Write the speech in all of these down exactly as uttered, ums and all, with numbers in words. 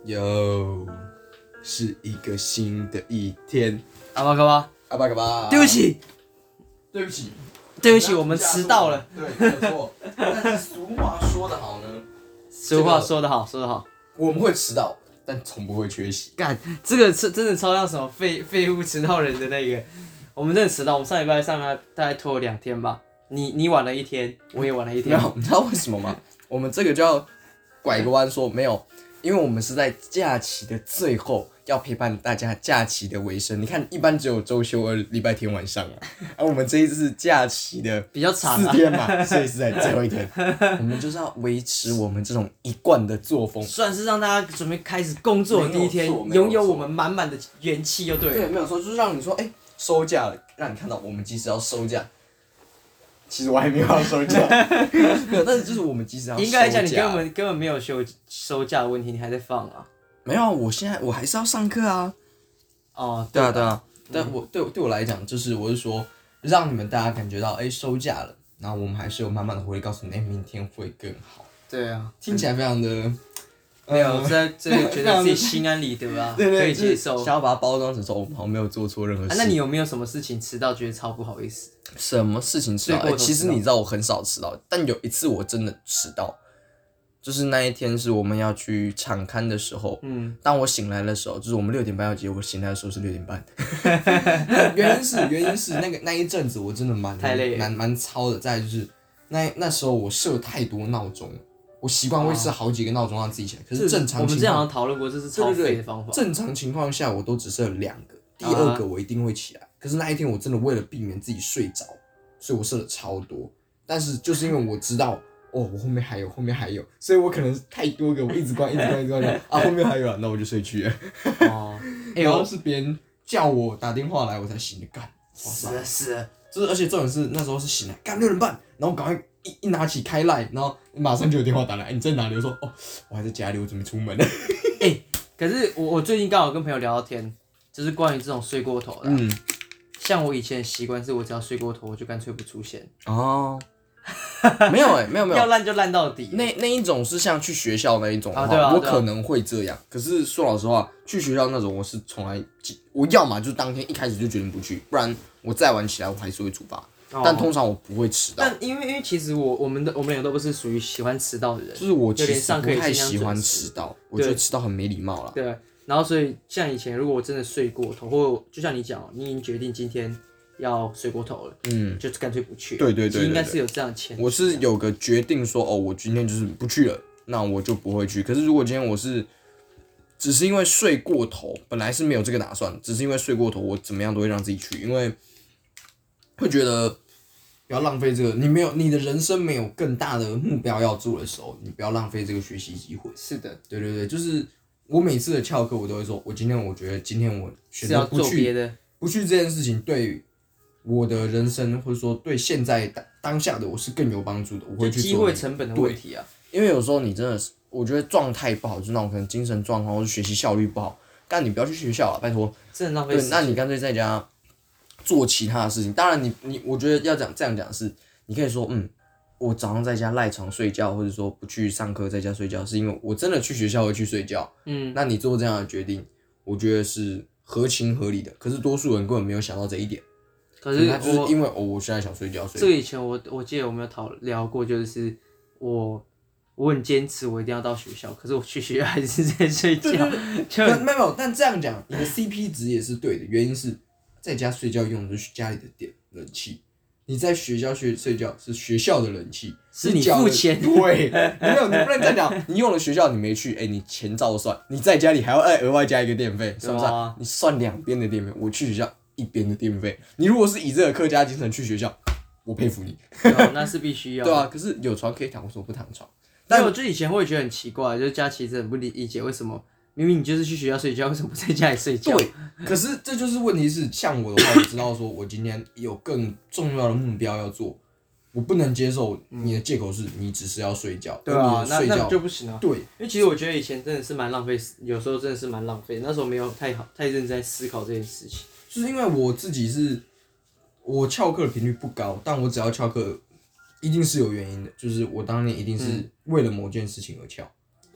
又是一个新的一天。 阿巴卡巴， 阿巴卡巴， 对不起， 对不起， 对不起，我们迟到了。 对，没有错。但是俗话说得好呢， 俗话说得好，说得好， 我们会迟到，但从不会缺席。 干，这个是真的超像什么废废物迟到人的那个。我们真的迟到，我们上礼拜上来大概拖了两天吧。你你晚了一天，我也晚了一天。 没有，你知道为什么吗？我们这个就要拐个弯说没有，因为我们是在假期的最后要陪伴大家假期的尾声。你看，一般只有周休二礼拜天晚上啊，而、啊、我们这一次是假期的比较长、 啊，四天嘛，所以是在最后一天。我们就是要维持我们这种一贯的作风， 算是让大家准备开始工作的第一天，拥有我们满满的元气，就对了。 对，没有错，就是让你说，哎、欸，收假了，让你看到我们即使要收假。其实我还没有要收假，没有，但是就是我们即使要收假， 应该来讲，你根本根本没有休收假的问题，你还在放啊？ 没有，我现在我还是要上课啊。 哦， 对啊，对啊，但我对对我来讲，就是我是说，让你们大家感觉到，哎、欸，收假了，然后我们还是有满满的活力，告诉你，哎、欸，明天会更好。 对啊， 听起来非常的。 没有，在这个觉得自己心安理得啊， 对对对， 可以接受。 想要把它包装成说我们好像没有做错任何事、 啊。那你有没有什么事情迟到觉得超不好意思？ 什么事情迟到？欸、其实你知道我很少迟到，但有一次我真的迟到，就是那一天是我们要去场勘的时候，嗯，当我醒来的时候，就是我们六点半要结，我醒来的时候是六点半。原因是原因是那个那一阵子我真的蛮太累， 蛮蛮操的。再来就是那那时候我设太多闹钟。我习惯会设好几个闹钟让自己起来，可是正常情况， 我们之前好像讨论过，这是超废的方法。 正常情况下，我都只设两个，第二个我一定会起来。可是那一天我真的为了避免自己睡着，所以我设了超多。但是就是因为我知道，哦，我后面还有，后面还有，所以我可能太多个，我一直关，一直关，一直关，啊，后面还有啊，那我就睡去了。哦，然后是别人叫我打电话来，我才醒的，干， 是啊是啊， 就是而且重点是那时候是醒来，干六点半，然后赶快。一一拿起开 line， 然后马上就有电话打来，欸、你在哪里？我说哦，我还在家里，我准备出门了。 哎、欸，可是我我最近刚好跟朋友聊到天，就是关于这种睡过头的、啊。嗯。像我以前的习惯是，我只要睡过头，我就干脆不出现。 哦。没有哎、欸，没有没有。 要烂就烂到底。 那那一种是像去学校那一种的话， 啊对啊、 我可能会这样。可是说老实话，去学校那种我是从来，我要嘛就当天一开始就决定不去，不然我再晚起来我还是会出发。但通常我不会迟到。 但因为因为其实我我们的我们两个都不是属于喜欢迟到的人， 就是我其实不太喜欢迟到，我觉得迟到很没礼貌啦。 对，然后所以像以前如果我真的睡过头，或就像你讲，你已经决定今天要睡过头了，嗯，就干脆不去。 对对 对, 对, 对， 应该是有这样的前提。 我是有个决定说，哦，我今天就是不去了，那我就不会去。可是如果今天我是只是因为睡过头，本来是没有这个打算，只是因为睡过头，我怎么样都会让自己去，因为会觉得不要浪费这个，你没有你的人生没有更大的目标要做的时候，你不要浪费这个学习机会。 是的， 对对对，就是我每次的翘课，我都会说，我今天我觉得今天我选择不去，不去这件事情对我的人生或者说对现在当当下的我是更有帮助的，我会去做。 机会成本的问题啊， 因为有时候你真的是，我觉得状态不好，就是那种可能精神状况或者学习效率不好，但你不要去学校了，拜托， 真的浪费时间。 那你干脆在家做其他的事情。当然你，你你我觉得要讲这样讲是，你可以说，嗯，我早上在家赖床睡觉，或者说不去上课，在家睡觉，是因为我真的去学校会去睡觉。嗯，那你做这样的决定，我觉得是合情合理的。可是多数人根本没有想到这一点。 可是他就是因为哦，我现在想睡觉，睡觉。 这个以前我我记得我们有讨聊过，就是我我很坚持，我一定要到学校，可是我去学校还是在睡觉。 就没有没有，但这样讲，你的 C P 值也是对的。原因是在家睡觉用的是家里的电冷气，你在学校睡睡觉是学校的冷气， 是你付钱。 对，没有你不能这样讲，你用了学校你没去，哎、欸，你钱照算，你在家里还要再额外加一个电费，算不算？啊、你算两边的电费，我去学校。一边的电费，你如果是以这个客家精神去学校，我佩服你。 哦、那是必须要。 对啊，可是有床可以躺，为什么不躺床？ 但我就以前会觉得很奇怪，就是佳琪真的很不理解为什么明明你就是去学校睡觉，为什么不在家里睡觉？ 对，可是这就是问题是，像我的话，我知道说我今天有更重要的目标要做，我不能接受你的借口是你只是要睡觉。 对啊， 那那就不行啊。 对，因为其实我觉得以前真的是蛮浪费，有时候真的是蛮浪费。那时候没有太好太认真在思考这件事情。 就是因为我自己是，我翘课的频率不高，但我只要翘课，一定是有原因的。就是我当年一定是为了某件事情而翘。 嗯、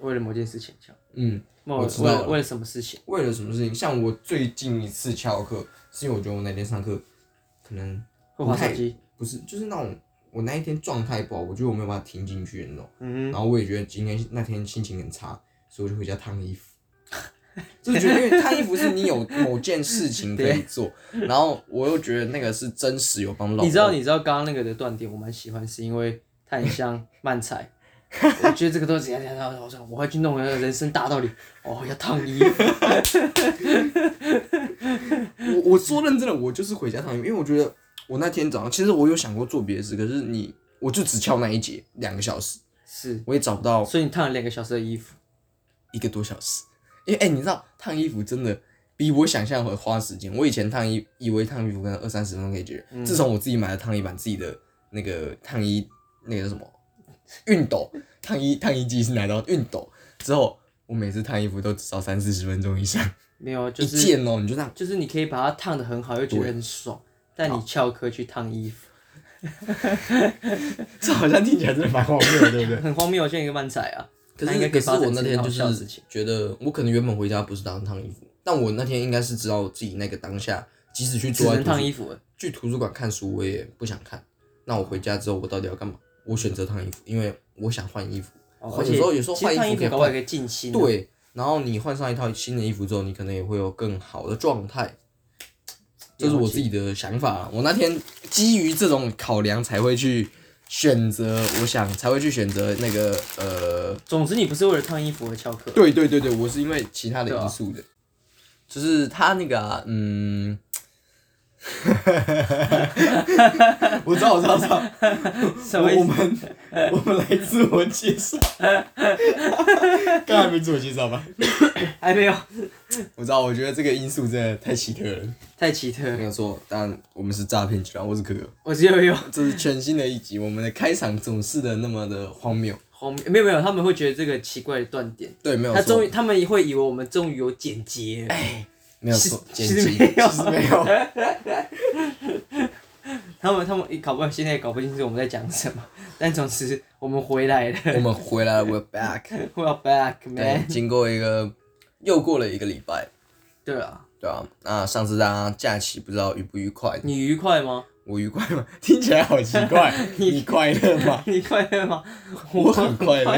为了某件事情翘。 嗯，我知为道了。 了为了什么事情？ 为了什么事情？像我最近一次翘课，是因为我觉得我那天上课可能会滑手机。 不是，就是那种我那一天状态不好，我觉得我没有办法听进去的那种。 嗯然后我也觉得今天那天心情很差，所以我就回家烫衣服。就是觉得，因为烫衣服是你有某件事情可以做，然后我又觉得那个是真实有帮到我。 你知道，你知道刚刚那个的断点，我蛮喜欢，是因为它很像漫才。我觉得这个都是怎样怎样，我说我会去弄个人生大道理。哦，要烫衣服。 我我说认真的，我就是回家烫衣服，因为我觉得我那天早上其实我有想过做别的事，可是你我就只翘那一节两个小时， 是我也找不到。 所以你烫了两个小时的衣服， 一个多小时。因为哎、欸，你知道烫衣服真的比我想象会花时间。我以前烫衣以为烫衣服可能二三十分钟可以解决，嗯、自从我自己买了烫衣板，自己的那个烫衣那个叫什么熨斗，烫衣烫衣机是拿到熨斗之后，我每次烫衣服都至少三四十分钟以上。 没有，就是一件哦，你就这样， 就是你可以把它烫得很好，又觉得很爽，但你翘课去烫衣服。 这好像听起来真的蛮荒谬的，对不对？ 很荒谬，像一个漫才啊。 可是，可是我那天就是觉得，我可能原本回家不是打算烫衣服，但我那天应该是知道自己那个当下，即使去坐在烫衣服， 去图书馆看书，我也不想看。那我回家之后，我到底要干嘛？我选择烫衣服，因为我想换衣服。 哦、 有时候有时候换衣服可以换一个静心。 对，然后你换上一套新的衣服之后，你可能也会有更好的状态。这是我自己的想法。我那天基于这种考量才会去。选择，我想才会去选择那个呃。 总之，你不是为了烫衣服而翘课。 对对对对，我是因为其他的因素的，啊、就是他那个、啊、嗯，我知道我知道我知道，我我们我们来自我介绍，刚还没自我介绍吧？ 还没有。 我知道，我觉得这个因素真的太奇特了， 太奇特了。 没有错，当然我们是诈骗集团，我是可可， 我是悠悠， 这是全新的一集，我们的开场总是的那么的荒谬。 荒谬没有没有，他们会觉得这个奇怪的断点。 对，没有错。 他终于，他们也会以为我们终于有剪接。 哎，没有错，剪辑其实没有。 他们他们搞不现在也搞不清楚我们在讲什么，但总之我们回来了。 我们回来了 ，We're back，We're back, man。 经过一个又过了一个礼拜。 对啊。 对啊，那上次大家假期不知道愉不愉快？ 你愉快吗？ 我愉快吗？听起来好奇怪。你, 你快乐吗？ 你快乐吗？ 我很快乐。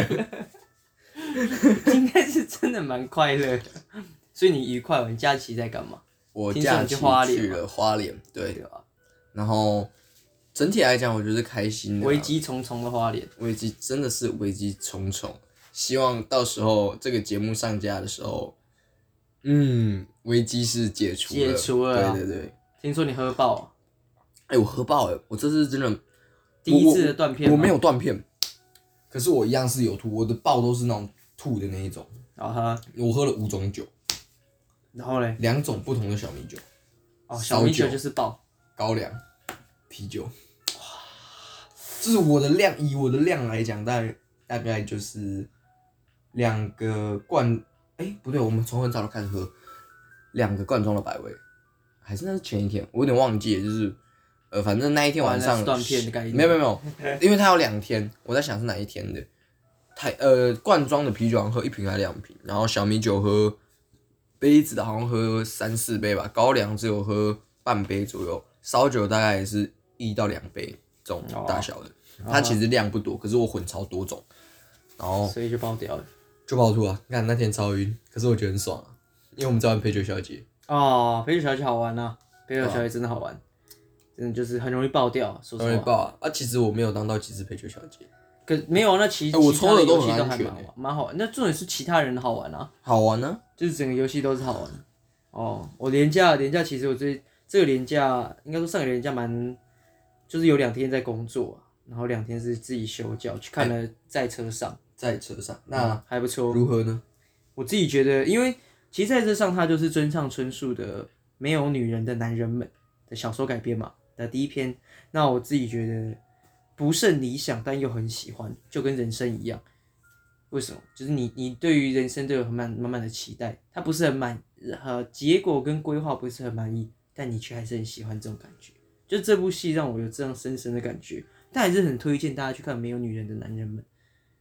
应该是真的蛮快乐的。所以你愉快吗？你假期在干嘛？ 我假期去了花莲，对。 对啊。 然后整体来讲，我觉得开心的、啊。 危机重重的花莲。 危机真的是危机重重，希望到时候这个节目上架的时候。嗯，危机是解除了， 解除了、啊， 对对对。 听说你喝爆、啊， 哎、欸，我喝爆了，我这次真的第一次的断片我，我没有断片，可是我一样是有吐，我的爆都是那种吐的那一种。 啊哈， 我喝了五种酒， 然后嘞， 两种不同的小米酒。 哦，小米酒就是爆， 高粱，啤酒。哇，就是我的量，以我的量来讲，大概大概就是两个罐。哎、欸，不对，我们从很早就开始喝两个罐装的百威，还是那是前一天，我有点忘记了，就是呃，反正那一天晚上断片的概念， 没有没有没有，因为它有两天，我在想是哪一天的。台呃罐装的啤酒好像喝一瓶还两瓶，然后小米酒喝杯子的好像喝三四杯吧，高粱只有喝半杯左右，烧酒大概也是一到两杯这种大小的，哦、它其实量不多，可是我混超多种，然后所以就爆掉了。 就爆吐啊！你看那天超晕，可是我觉得很爽啊，因为我们在玩陪酒小姐。 哦，陪酒小姐好玩啊，陪酒小姐真的好玩，啊、真的就是很容易爆掉，说实话。 很容易爆啊！啊，其实我没有当到几次陪酒小姐。 可没有啊，那其、 欸、我抽的都很安全，蛮好玩。那重点是其他人好玩啊， 好玩呢、啊， 就是整个游戏都是好玩。哦，我连假连假其实我这这个连假应该说上个连假蛮，就是有两天在工作、啊，然后两天是自己休假去看了在车上。欸在车上，那、 嗯、还不错。 如何呢？ 我自己觉得，因为其实在车上，它就是村上春树的《没有女人的男人们》的小说改编嘛的第一篇。那我自己觉得不甚理想，但又很喜欢，就跟人生一样。为什么？就是你你对于人生都有很满满满的期待，它不是很满，呃，结果跟规划不是很满意，但你却还是很喜欢这种感觉。就这部戏让我有这样深深的感觉，但还是很推荐大家去看《没有女人的男人们》。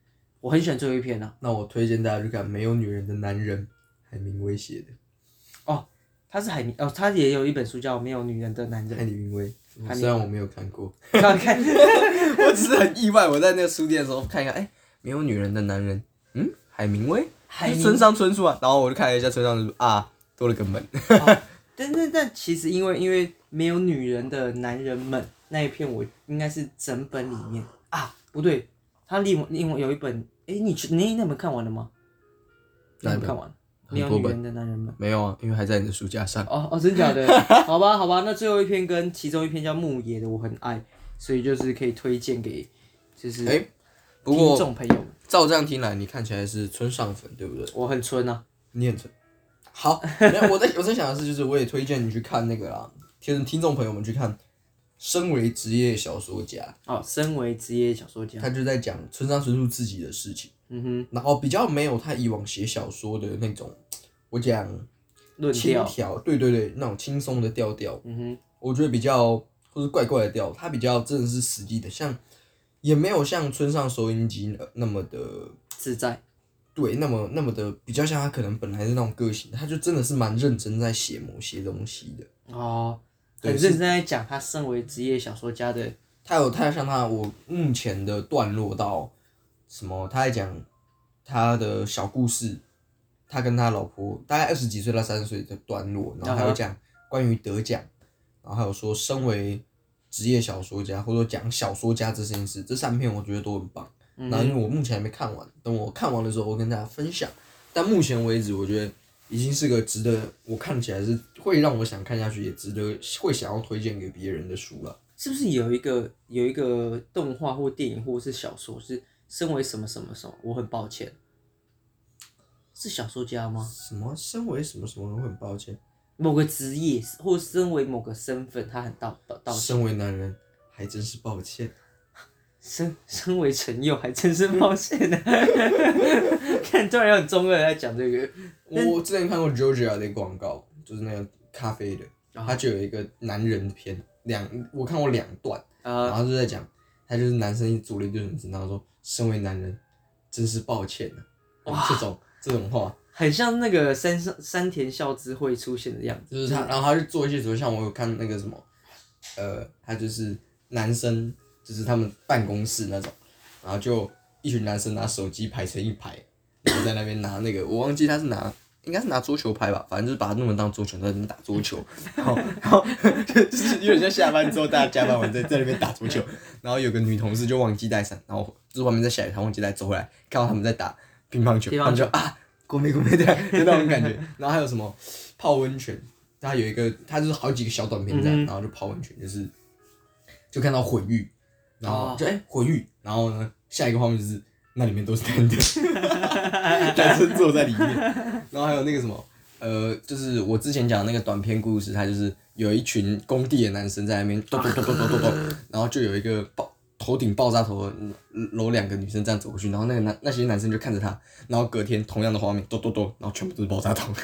我很喜欢最后一篇啊。 那我推荐大家去看《没有女人的男人》，海明威写的。 哦，他是海明哦，他也有一本书叫《没有女人的男人》。 海明威，虽然我没有看过， 看看， 我只是很意外，我在那个书店的时候看一看，哎、欸，没有女人的男人，嗯，海明威， 海明村上春树啊，然后我就看了一下村上春树啊，多了个门。 哦、但但但其实因为因为没有女人的男人们那一篇，我应该是整本里面啊，不对，他另外另外有一本，哎、欸，你你那本看完了吗？那本看完了。没有女人的男人们没有啊，因为还在你的书架上。 哦哦，真假的？好吧好吧，那最后一篇跟其中一篇叫牧野的，我很爱，所以就是可以推荐给就是哎，不听过众朋友们。 照这样听来，你看起来是村上粉，对不对？ 我很村啊， 你很村。好，我在我在想的是，就是我也推荐你去看那个啦，听听众朋友们去看。身为职业小说家， 哦，身为职业小说家， 他就在讲村上春树自己的事情。 嗯哼， 然后比较没有他以往写小说的那种，我讲轻佻，对对对，那种轻松的调调。 嗯哼， 我觉得比较或是怪怪的调，他比较真的是实际的，像也没有像村上收音机那么的自在。 对，那么那么的比较像他可能本来是那种个性，他就真的是蛮认真在写某些东西的。 哦。很认真在讲他身为职业小说家的， 他有他像他我目前的段落到什么？他在讲他的小故事，他跟他老婆大概二十几岁到三十岁的段落，然后还有讲关于得奖，然后还有说身为职业小说家或者说讲小说家这件事，这三篇我觉得都很棒。嗯、然后因为我目前还没看完，等我看完的时候我跟大家分享。但目前为止，我觉得。已经是个值得我看起来是会让我想看下去，也值得会想要推荐给别人的书了。 是不是有一个有一个动画或电影或是小说是身为什么什么什么？我很抱歉，是小说家吗？ 什么身为什么什么？我很抱歉。 某个职业或身为某个身份，他很道道道歉。 身为男人，还真是抱歉。 身身为陈佑，还真是抱歉呢。看，突然有很中二在讲这个。 我之前看过 Georgia 的广告，就是那个咖啡的，他就有一个男人篇，两我看过两段，然后就在讲，他就是男生组了一堆人，然后说，身为男人，真是抱歉啊，这种这种话， 很像那个山上山田孝之会出现的样子。 就是他，然后他就做一些什么，像我有看那个什么，呃，他就是男生，就是他们办公室那种，然后就一群男生拿手机排成一排。然后在那边拿那个，我忘记他是拿，应该是拿桌球拍吧，反正就是把它弄得当桌球，在那边打桌球。然后，然后就是有点像下班之后大家加班完在在那边打桌球。然后有个女同事就忘记带伞，然后就是外面在下雨，她忘记带，走回来看到他们在打乒乓球，他们就啊，国美国美的，就那种感觉。然后还有什么泡温泉，他有一个，他就是好几个小短片这样，然后就泡温泉，就是就看到混浴，然后就哎混浴，然后呢下一个画面就是。那里面都是男的，男生坐在里面，然后还有那个什么，呃，就是我之前讲的那个短篇故事，它就是有一群工地的男生在那边咚咚咚咚咚咚咚，然后就有一个爆头顶爆炸头搂两个女生这样走过去，然后那个男那些男生就看着他，然后隔天同样的画面咚咚咚，然后全部都是爆炸头，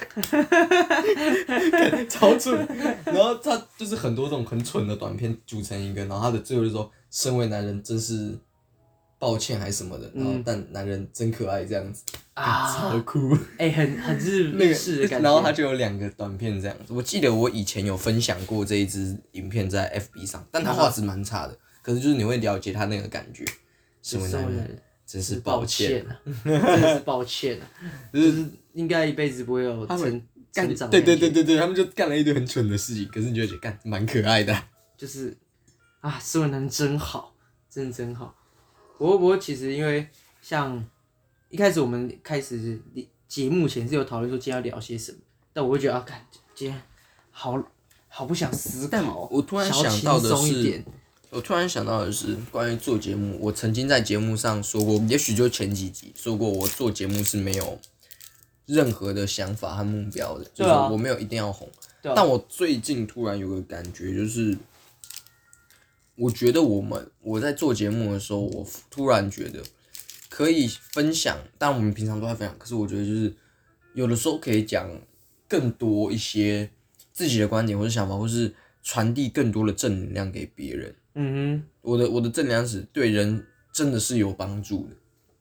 超蠢，然后他就是很多这种很蠢的短片组成一个，然后他的最后就说，身为男人真是。抱歉还是什么的，然后但男人真可爱这样子啊，超酷， 哎、欸，很很日式的感觉。 然后他就有两个短片这样子，我记得我以前有分享过这一支影片在 F B 上，但他画质蛮差的，可是就是你会了解他那个感觉。身为男人，真是抱歉啊，真是抱歉啊，就是应该一辈子不会有成成长。 对对对对对，他们就干了一堆很蠢的事情，可是你就觉得干蛮可爱的。 就是啊，身为男人真好，真的真好。不过，不过，其实因为像一开始我们开始节目前是有讨论说今天要聊些什么，但我会觉得啊，看今天好好不想思考。 我突然想到的是，我突然想到的是关于做节目，我曾经在节目上说过，也许就前几集说过，我做节目是没有任何的想法和目标的，就是我没有一定要红。啊、但我最近突然有个感觉，就是我觉得我们我在做节目的时候，我突然觉得可以分享，当然我们平常都在分享，可是我觉得就是有的时候可以讲更多一些自己的观点或者想法，或是传递更多的正能量给别人。嗯哼，我的我的正能量是对人真的是有帮助的。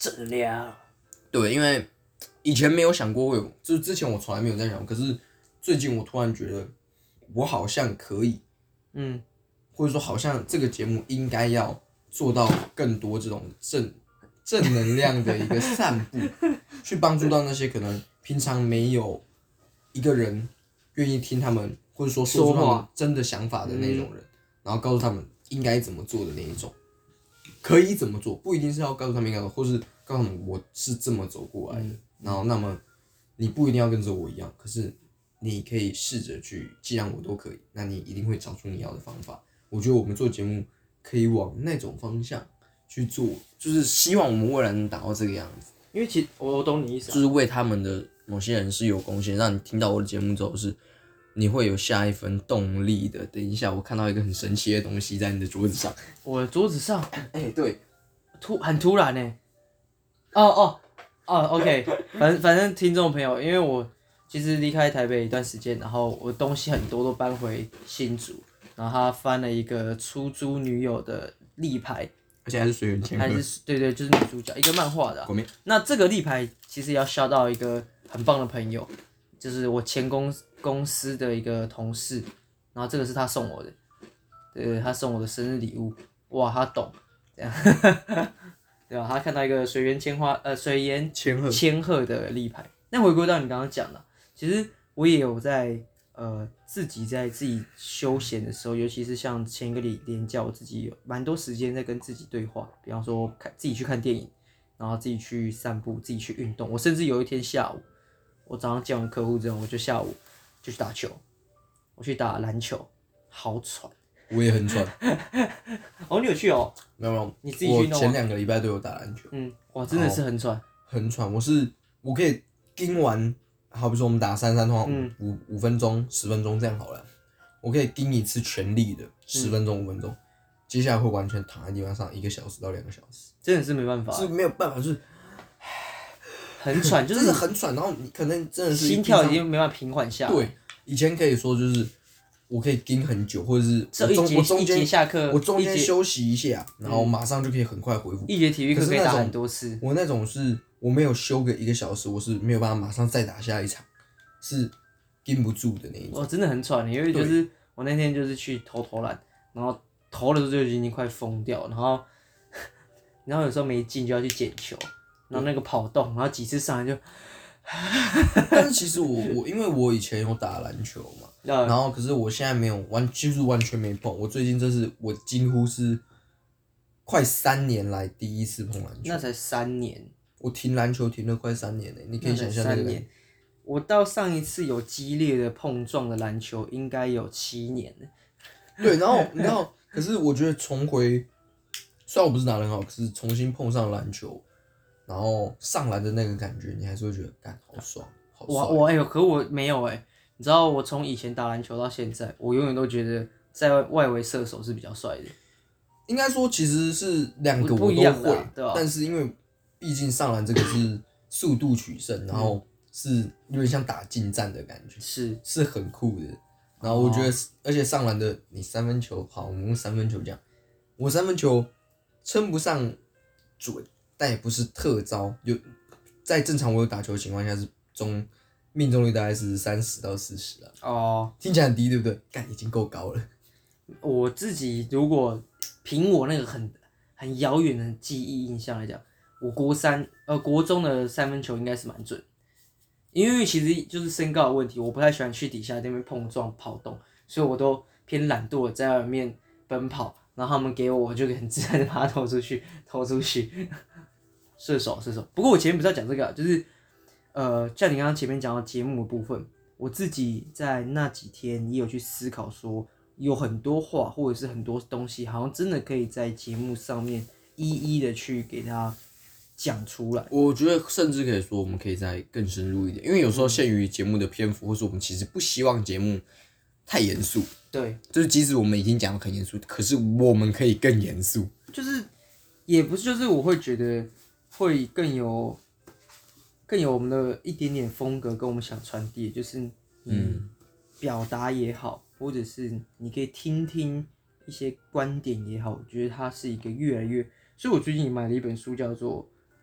正能量。 对，因为以前没有想过会有，就是之前我从来没有在想，可是最近我突然觉得我好像可以， 嗯， 或者说好像这个节目应该要做到更多这种正正能量的一个散布，去帮助到那些可能平常没有一个人愿意听他们，或者说说出他们真的想法的那种人，嗯、然后告诉他们应该怎么做的那一种，可以怎么做，不一定是要告诉他们应该怎么，或是告诉他们我是这么走过来的，嗯、然后那么你不一定要跟着我一样，可是你可以试着去，既然我都可以，那你一定会找出你要的方法。我觉得我们做节目可以往那种方向去做，就是希望我们未来能达到这个样子。 因为其实我懂你意思、啊， 就是为他们的某些人是有贡献，让你听到我的节目之后是你会有下一份动力的。等一下，我看到一个很神奇的东西在你的桌子上。 我的桌子上， 哎、欸，对， 突很突然呢、欸。哦哦哦 ，OK， 反正反正听众朋友，因为我其实离开台北一段时间，然后我东西很多都搬回新竹。然后他翻了一个出租女友的立牌， 而且还是水原千鹤， 还是对对，就是女主角一个漫画的、啊。那这个立牌其实要shout到一个很棒的朋友，就是我前公公司的一个同事，然后这个是他送我的，对，他送我的生日礼物，哇，他懂，这样，对吧？他看到一个水原千花呃水原千鹤千鹤的立牌。那回归到你刚刚讲的，其实我也有在。呃，自己在自己休闲的时候，尤其是像前一个连假，我自己有蛮多时间在跟自己对话。比方说，看自己去看电影，然后自己去散步，自己去运动。我甚至有一天下午，我早上见完客户之后，我就下午就去打球，我去打篮球，好喘。 我也很喘。 哦，你有去哦？ 没有没有， 你自己去弄。 我前两个礼拜都有打篮球。 嗯，哇，真的是很喘。 很喘，我是我可以盯完。好比说我们打三三通常五五五分钟十分钟这样好了，我可以盯一次全力的十分钟五分钟，接下来会完全躺在地方上一个小时到两个小时， 真的是没办法， 是没有办法，就是很喘，就是真的很喘，然后你可能真的是心跳已经没办法平缓下来。 对，以前可以说就是我可以盯很久，或者是我中我中间下课， 我中间休息一下，然后马上就可以很快恢复。 一节体育课可以打很多次。 我那种是。我没有休个一个小时，我是没有办法马上再打下一场，是盯不住的那一种。 我、哦、真的很喘，因为就是我那天就是去投投篮，然后投的时候就已经快疯掉，然后然后有时候没进就要去捡球，然后那个跑动，然后几次上来就。 但是其实我我因为我以前有打篮球嘛，然后可是我现在没有完，几乎完全没碰。我最近这是我几乎是快三年来第一次碰篮球。 那才三年。 我停篮球停了快三年呢，你可以想象那个年。 我到上一次有激烈的碰撞的篮球，应该有七年了。 对，然后然后，可是我觉得重回，虽然我不是打得很好，可是重新碰上篮球，然后上篮的那个感觉，你还是会觉得，干好爽，好帅。 我我哎呦，可我没有哎、欸，你知道我从以前打篮球到现在，我永远都觉得在外围射手是比较帅的。 应该说其实是两个我都会，啊、对吧？但是因为。毕竟上篮这个是速度取胜，然后是有点像打近战的感觉， 是是很酷的。然后我觉得，而且上篮的你三分球，好，我们用三分球讲，我三分球称不上准，但也不是特糟，有在正常我有打球的情况下是中命中率大概是三十到四十啊。 哦， 听起来很低，对不对？干已经够高了。 我自己如果凭我那个很很遥远的记忆印象来讲。我国三呃国中的三分球应该是蛮准，因为其实就是身高的问题，我不太喜欢去底下那边碰撞跑动，所以我都偏懒惰的在外面奔跑，然后他们给我，我就很自然的把它投出去，投出去，射手射手。不过我前面不是要讲这个、啊，就是呃像你刚刚前面讲到节目的部分，我自己在那几天也有去思考说，有很多话或者是很多东西，好像真的可以在节目上面一一的去给他。讲出来， 我觉得甚至可以说，我们可以再更深入一点，因为有时候限于节目的篇幅，或是我们其实不希望节目太严肃。 对， 就是即使我们已经讲得很严肃，可是我们可以更严肃。 就是也不是，就是我会觉得会更有更有我们的一点点风格，跟我们想传递，就是嗯，表达也好，或者是你可以听听一些观点也好，我觉得它是一个越来越。所以我最近也买了一本书，叫做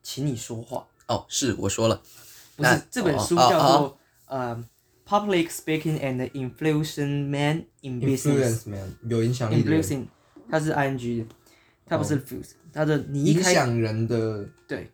请你说话。 哦，是我说了， 不是这本书叫做、呃 Public Speaking and Influencing Man in Business。 influence man 有影响力的人。 influencing 它是 ing 的，它不是 fuse，、哦、它的你一影开响人的对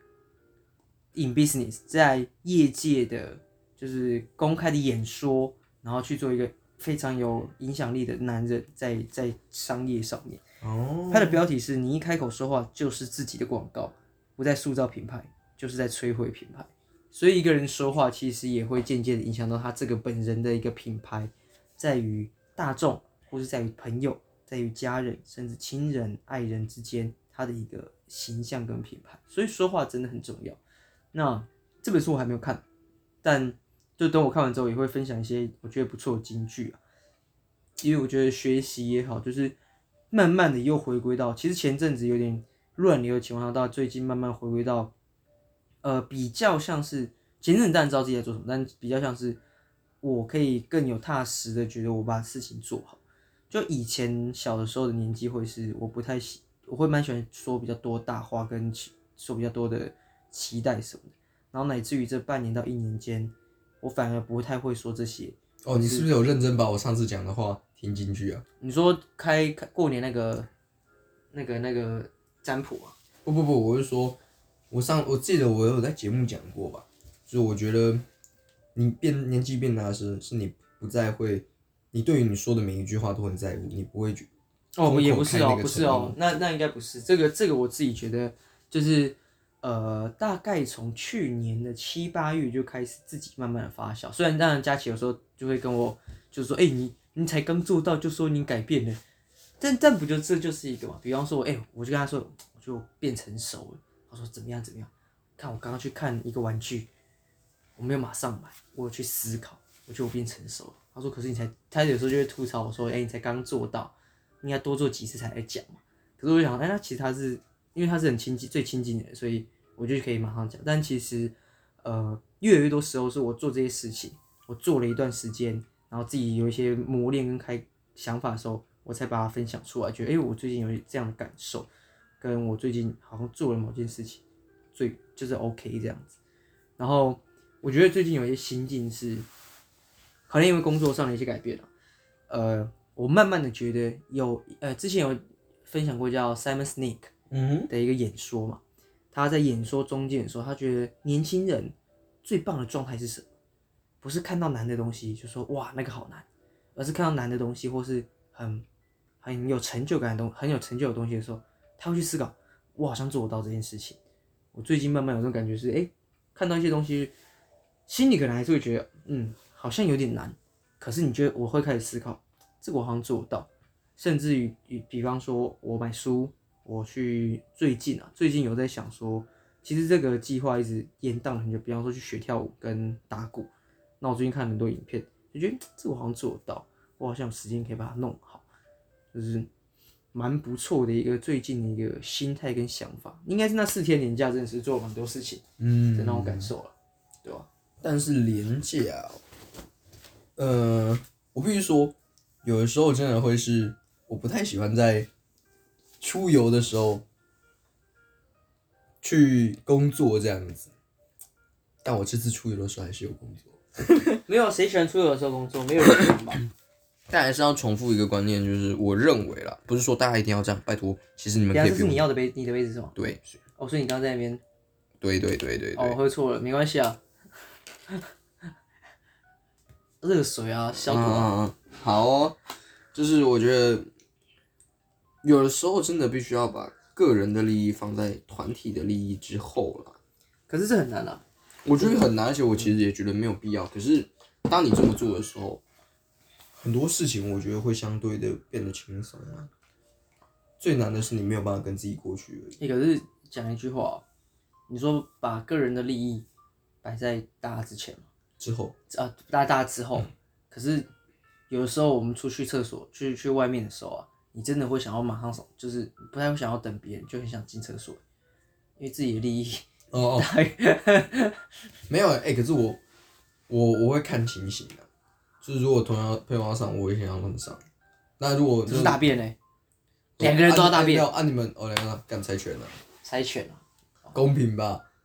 in business 在业界的就是公开的演说，然后去做一个非常有影响力的男人在在商业上面。 哦， 它的标题是你一开口说话就是自己的广告，不再塑造品牌，就是在摧毁品牌。所以一个人说话其实也会间接的影响到他这个本人的一个品牌，在于大众或是在于朋友，在于家人甚至亲人爱人之间他的一个形象跟品牌。所以说话真的很重要。那这本书我还没有看，但就等我看完之后也会分享一些我觉得不错的金句啊，因为我觉得学习也好，就是慢慢的又回归到，其实前阵子有点乱流的情况下，到最近慢慢回归到，呃，比较像是前阵子当然知道自己在做什么，但比较像是我可以更有踏实的觉得我把事情做好。就以前小的时候的年纪会是我不太喜，我会蛮喜欢说比较多大话跟说比较多的期待什么的，然后乃至于这半年到一年间，我反而不太会说这些。 哦，你是不是有认真把我上次讲的话听进去啊？ 你说开开过年那个那个那个占卜啊？ 不不不，我是说，我上我记得我有在节目讲过吧，就是我觉得你变年纪变大时，是你不再会，你对于你说的每一句话都很在乎，你不会觉哦，也不是哦，不是哦，那那应该不是这个这个我自己觉得就是呃，大概从去年的七八月就开始自己慢慢的发酵。虽然当然佳琪有时候就会跟我就说，哎、欸，你你才刚做到就说你改变了，但但不就这就是一个嘛？比方说，哎、欸，我就跟他说，我就变成熟了。他说怎么样怎么样？看我刚刚去看一个玩具，我没有马上买，我有去思考，我觉得我变成熟了。他说可是你才，他有时候就会吐槽我说，哎、欸，你才刚做到，应该多做几次才来讲嘛。可是我就想，哎、欸，那其实他是因为他是很亲近最亲近的人，所以我就可以马上讲。但其实，呃，越来越多时候是我做这些事情，我做了一段时间，然后自己有一些磨练跟开想法的时候，我才把它分享出来，觉得哎、欸，我最近有这样的感受，跟我最近好像做了某件事情，最就是 OK 这样子。然后我觉得最近有一些心境是，可能因为工作上的一些改变了，呃，我慢慢的觉得有呃，之前有分享过叫 Simon Sinek 的一个演说嘛，他在演说中间的时候，他觉得年轻人最棒的状态是什么？不是看到难的东西就说哇那个好难，而是看到难的东西或是很很有成就感的东很有成就的东西的时候，他会去思考，我好像做得到这件事情。我最近慢慢有这种感觉是，哎、欸，看到一些东西，心里可能还是会觉得，嗯，好像有点难，可是你觉得我会开始思考，这个我好像做得到，甚至于比方说我买书，我去最近啊，最近有在想说，其实这个计划一直延宕了很久，比方说去学跳舞跟打鼓。那我最近看很多影片，就觉得这我好像做得到，我好像有时间可以把它弄好，就是蛮不错的一个最近的一个心态跟想法。应该是那四天连假真的是做了蛮多事情，嗯，的那种感受了，对吧？ 但是连假，呃，我必须说，有的时候真的会是我不太喜欢在出游的时候去工作这样子，但我这次出游的时候还是有工作。 没有谁喜欢出游的时候工作，没有人喜欢吧？ 但还是要重复一个观念，就是我认为啦，不是说大家一定要这样，拜托，其实你们可以不用。 这是你要的杯，你的杯子是吗？ 对。 哦，所以你刚刚在那边。 对对对对对。 哦，喝错了，没关系啊。热水啊，消毒啊。 嗯嗯嗯，好哦，就是我觉得有的时候真的必须要把个人的利益放在团体的利益之后啦。 可是这很难啊。 我觉得很难，而且我其实也觉得没有必要。可是当你这么做的时候，很多事情我觉得会相对的变得轻松啊。最难的是你没有办法跟自己过去而已。 欸，可是讲一句话，你说把个人的利益摆在大家之前嘛？ 之后啊，大大之后，嗯，可是有的时候我们出去厕所、去去外面的时候啊，你真的会想要马上，就是不太会想要等别人，就很想进厕所，因为自己的利益。 哦哦，没有哎、欸，可是我我我会看情形的，就是如果同样朋友要上，我也想让他们上。那如果就是大便呢、欸，两个人都要大便。 按、啊啊、你们哦，两个干猜拳了。 猜拳啊， 公平吧？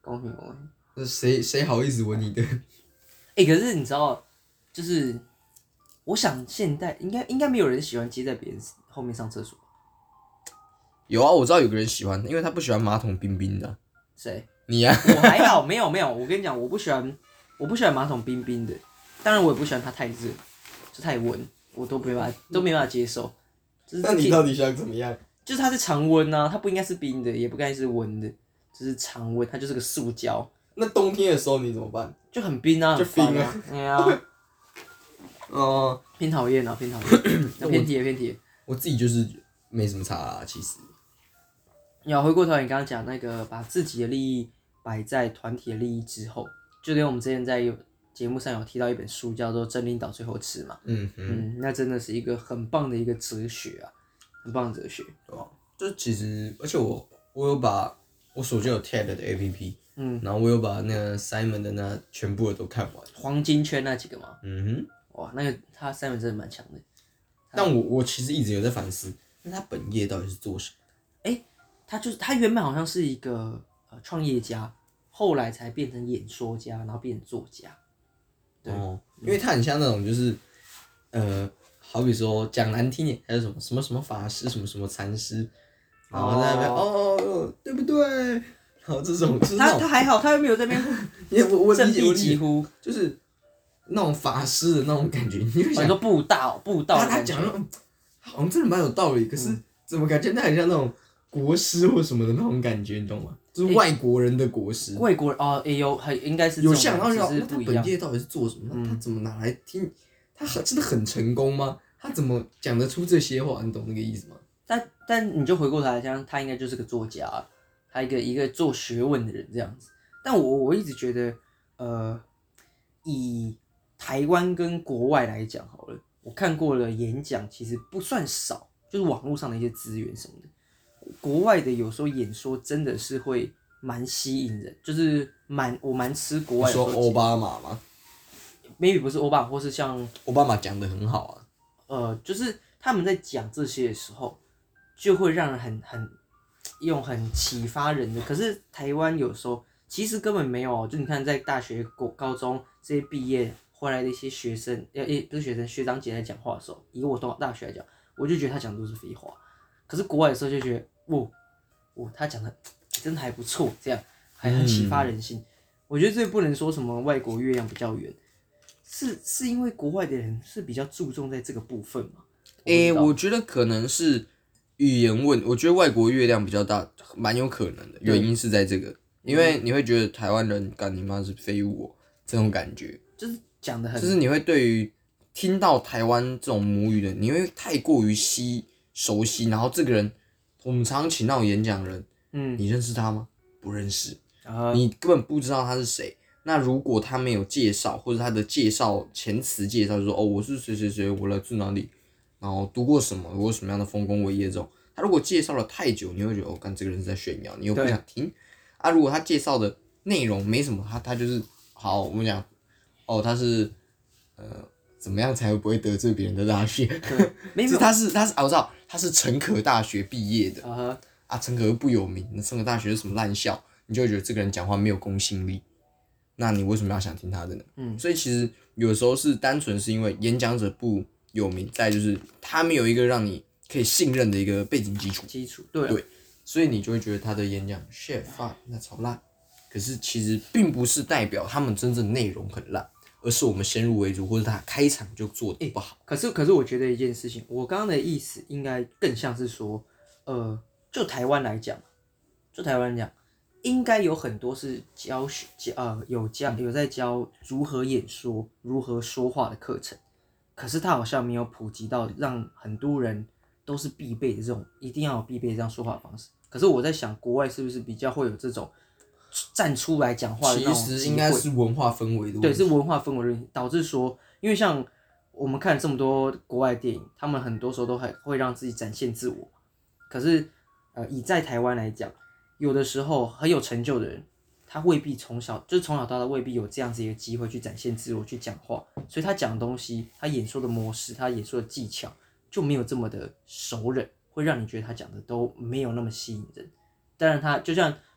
公平公平。 那谁谁好意思闻你的？ 哎、欸，可是你知道，就是我想现代应该应该没有人喜欢接在别人后面上厕所。 有啊，我知道有个人喜欢，因为他不喜欢马桶冰冰的、啊。 谁？ 你啊？ 我还好，没有没有。我跟你讲，我不喜欢，我不喜欢马桶冰冰的。当然，我也不喜欢它太热，就太温，我都没办法，都没办法接受。就是、 那你到底想怎么样？ 就是它是常温啊，它不应该是冰的，也不该是温的，就是常温，它就是个塑胶。 那冬天的时候你怎么办？ 就很冰啊， 就冰啊。 哎呀、啊， 哦， 偏讨厌啊，偏讨厌。那偏题偏题。 我自己就是没什么差啦，其实。 要回过头，你刚刚讲那个把自己的利益摆在团体的利益之后，就跟我们之前在节目上有提到一本书叫做《真领导最后吃》嘛。 嗯嗯，那真的是一个很棒的一个哲学啊，很棒的哲学。 对吧？就其实，而且我我有把我手机有 T E D 的 A P P， 嗯，然后我有把那个 Simon 的那全部的都看完。 黄金圈那几个嘛。 嗯哼。 哇，那个他 Simon 真的蛮强的。 但我我其实一直有在反思，那他本业到底是做什么？ 哎、欸，他就是他原本好像是一个呃创业家，后来才变成演说家，然后变成作家。对， 哦，因为他很像那种就是呃，好比说讲难听点，还有什么什么什么法师，什么什么禅师，然后在那边哦哦，对不对？然后这种就是他他还好，他又没有在那边我我振臂疾呼， 就是那种法师的那种感觉。你会想说布道布道的他感觉， 他讲好像真的蛮有道理，可是怎么感觉他很像那种国师或什么的那种感觉，你懂吗？就是外国人的国师， 外国人哦，也有很应该是有像，然后只是那他本业到底是做什么？那他怎么拿来听？他很真的很成功吗？他怎么讲得出这些话？你懂那个意思吗？ 但但你就回过头来讲，他应该就是个作家，他一个一个做学问的人这样子。但我我一直觉得，呃，以台湾跟国外来讲好了，我看过了演讲，其实不算少，就是网络上的一些资源什么的。国外的有时候演说真的是会蛮吸引人，就是蛮我蛮吃国外的。 说奥巴马吗 ？maybe 不是奥巴马，或是像奥巴马讲的很好啊。 呃，就是他们在讲这些的时候，就会让人很很用很启发人的。可是台湾有时候其实根本没有，就你看在大学、高高中这些毕业回来的一些学生，呃，也不是学生，学长姐在讲话的时候，以我读大学来讲，我就觉得他讲的都是废话。可是国外的时候就觉得，哇，哇，他讲的真的还不错，这样还很启发人心。嗯、我觉得这不能说什么外国月亮比较圆，是是因为国外的人是比较注重在这个部分嘛？ 诶、欸，我觉得可能是语言问，我觉得外国月亮比较大，蛮有可能的。原因是在这个，因为你会觉得台湾人干你妈是废物、喔，这种感觉， 就是讲的很， 就是你会对于听到台湾这种母语的，你会太过于稀熟悉，然后这个人，我们常请那种演讲人，嗯，你认识他吗？不认识，啊、你根本不知道他是谁。那如果他没有介绍，或者他的介绍前词介绍就说哦，我是谁谁谁，我来自哪里，然后读过什么，我有什么样的丰功伟业这种，他如果介绍了太久，你会觉得哦，干这个人是在炫耀，你又不想听。啊，如果他介绍的内容没什么，他他就是好，我们讲哦，他是呃怎么样才会不会得罪别人的大学？没有，他是他是、啊、我知道他是诚可大学毕业的、uh-huh. 啊，诚可又不有名，那诚可大学是什么烂校，你就会觉得这个人讲话没有公信力。那你为什么要想听他的呢？嗯，所以其实有时候是单纯是因为演讲者不有名，再就是他没有一个让你可以信任的一个背景基础。 基础对、啊、 对，所以你就会觉得他的演讲 shit fuck 那超烂。可是其实并不是代表他们真正内容很烂，而是我们先入为主，或者他开场就做的不好。 欸、可是可是我觉得一件事情，我刚刚的意思应该更像是说，呃，就台湾来讲，就台湾来讲。应该有很多是教学教呃有教有在教如何演说、如何说话的课程，可是他好像没有普及到让很多人都是必备的这种，一定要有必备的这样说话的方式。可是我在想，国外是不是比较会有这种站出来讲话的那种？ 其实应该是文化氛围的问题。 对，是文化氛围的问题，导致说，因为像我们看这么多国外电影，他们很多时候都还会让自己展现自我，可是呃以在台湾来讲。有的时候很有成就的人，他未必从小就是从小到大未必有这样子一个机会去展现自我、去讲话，所以他讲的东西、他演说的模式、他演说的技巧就没有这么的熟稔，会让你觉得他讲的都没有那么吸引人。当然他，他就像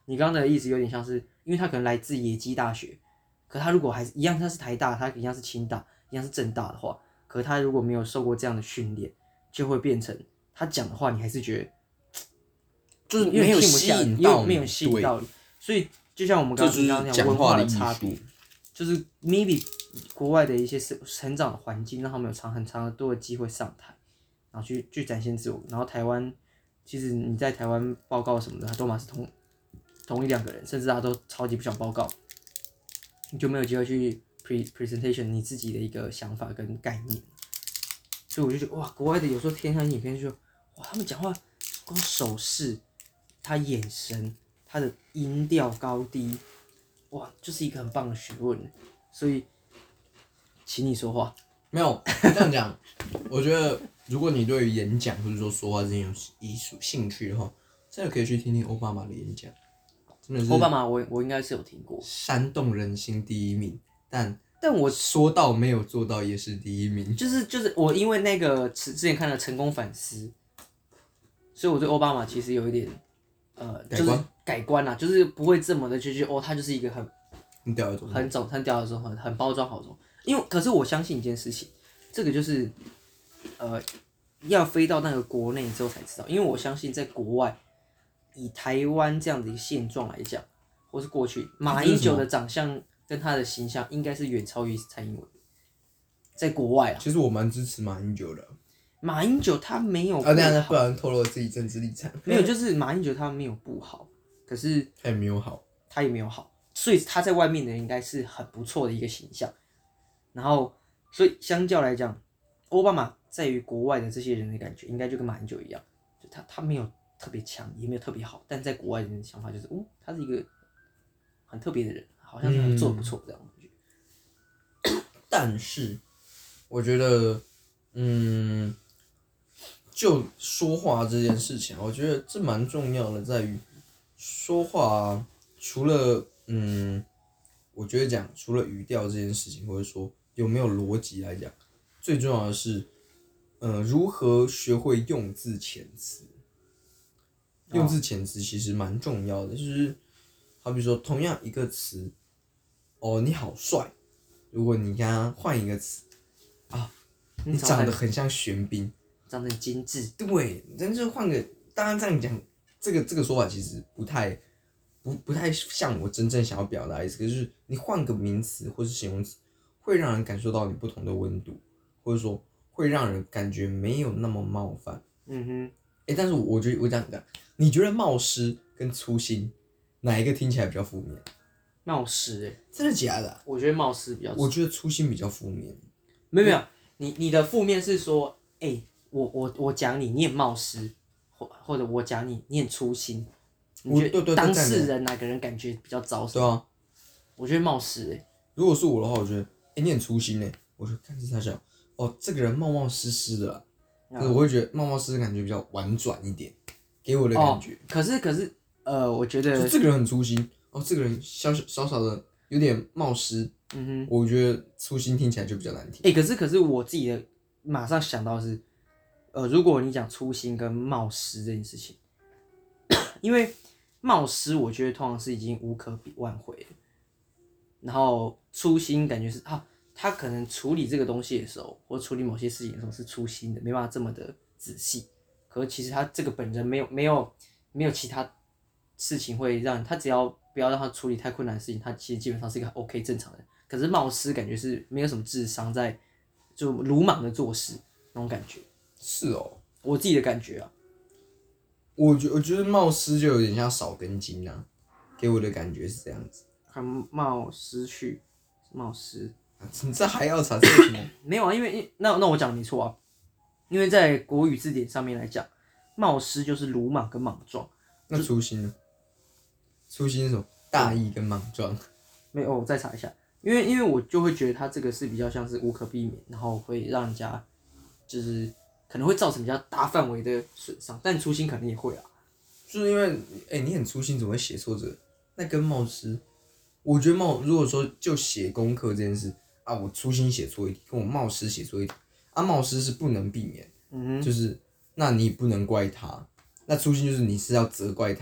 你刚刚的意思有点像是，因为他可能来自野鸡大学，可他如果还是一样，他是台大，他一样是清大，一样是政大的话，可他如果没有受过这样的训练，就会变成他讲的话，你还是觉得就是没有吸引到你， 没有吸引到你，所以就像我们刚刚刚讲文化的差别，就是 maybe 国外的一些成长的环境，让他们有长很长的多的机会上台，然后去去展现自我，然后台湾其实你在台湾报告什么的，都嘛是同同一两个人，甚至他都超级不想报告，你就没有机会去 pre presentation 你自己的一个想法跟概念。所以我就觉得哇，国外的有时候天上影片就哇，他们讲话光手势、他眼神、他的音调高低，哇，就是一个很棒的学问。所以，请你说话。 没有这样讲，我觉得如果你对于演讲或者说说话这件有艺术兴趣的话，真的可以去听听奥巴马的演讲。真的是奥巴马我我应该是有听过， 煽动人心第一名，但但我说到没有做到也是第一名。 就是就是我因为那个之前看了《成功反思》，所以我对奥巴马其实有一点呃，就是改观啦，就是不会这么的就觉得哦，他就是一个很很屌的总很总很屌的总很很包装好总。因为可是我相信一件事情，这个就是呃要飞到那个国内之后才知道，因为我相信在国外。以台湾这样的一个现状来讲，或是过去马英九的长相跟他的形象，应该是远超于蔡英文。在国外啊， 其实我蛮支持马英九的。 马英九他没有不好， 啊，等下不然透露自己政治立场。 没有，就是马英九他没有不好，可是他也没有好， 他也没有好，所以他在外面的应该是很不错的一个形象。然后，所以相较来讲，奥巴马在于国外的这些人的感觉，应该就跟马英九一样，就他他没有。特别强也没有特别好，但在国外人的想法就是，哦，他是一个很特别的人，好像是做得不错这样感觉。 嗯、但是我觉得，嗯，就说话这件事情，我觉得这蛮重要的，在于说话除了嗯，我觉得讲除了语调这件事情，或者说有没有逻辑来讲，最重要的是，呃，如何学会用字遣词。用字遣词其实蛮重要的，就是好比说同样一个词，哦，你好帅，如果你跟他换一个词，啊，你长得很像玄彬， 长得很精致， 对，但是换个，当然这样讲，这个这个说法其实不太不不太像我真正想要表达的意思，可是你换个名词或是形容词，会让人感受到你不同的温度，或者说会让人感觉没有那么冒犯。 嗯哼， 哎、欸，但是我觉得我这样讲。你觉得冒失跟粗心哪一个听起来比较负面？ 冒失哎、欸， 真的假的、啊？ 我觉得冒失比较。 我觉得粗心比较负面。 没有没有，你你的负面是说，哎、欸，我我我讲你，你很冒失，或或者我讲你，你很粗心。你觉得当事人哪个人感觉比较糟？ 对啊， 我觉得冒失哎、欸。 如果是我的话，我觉得，哎、欸，你很粗心哎、欸，我就看这他笑，哦，这个人冒冒失失的啦，可是我会觉得冒冒失失感觉比较婉转一点。给我的感觉、哦， 可是可是，呃，我觉得这个人很粗心哦，这个人小小小的有点冒失，嗯哼，我觉得粗心听起来就比较难听。 哎、欸，可是可是我自己的马上想到的是，呃，如果你讲粗心跟冒失这件事情，因为冒失我觉得通常是已经无可挽回了，然后粗心感觉是啊，他可能处理这个东西的时候，或处理某些事情的时候是粗心的，没办法这么的仔细。可是其实他这个本人没有没有没有其他事情会让他只要不要让他处理太困难的事情，他其实基本上是一个 OK 正常的人。可是冒失感觉是没有什么智商在，就鲁莽的做事那种感觉。 是哦， 我自己的感觉啊。 我觉我觉得冒失就有点像少根筋啊，给我的感觉是这样子。 看冒失去冒失， 你这还要查这个题目？ 没有啊，因为那那我讲没错啊。因为在国语字典上面来讲，冒失就是鲁莽跟莽撞。 那粗心呢？粗心是什么？大意跟莽撞。 没有，我再查一下。因为因为我就会觉得他这个是比较像是无可避免，然后会让人家就是可能会造成比较大范围的损伤，但粗心可能也会啊。 就是因为哎、欸，你很粗心，怎么会写错这个？那跟冒失，我觉得冒如果说就写功课这件事啊，我粗心写错一题，跟我冒失写错一题。啊，冒失是不能避免，嗯、就是那你不能怪他，那粗心就是你是要责怪他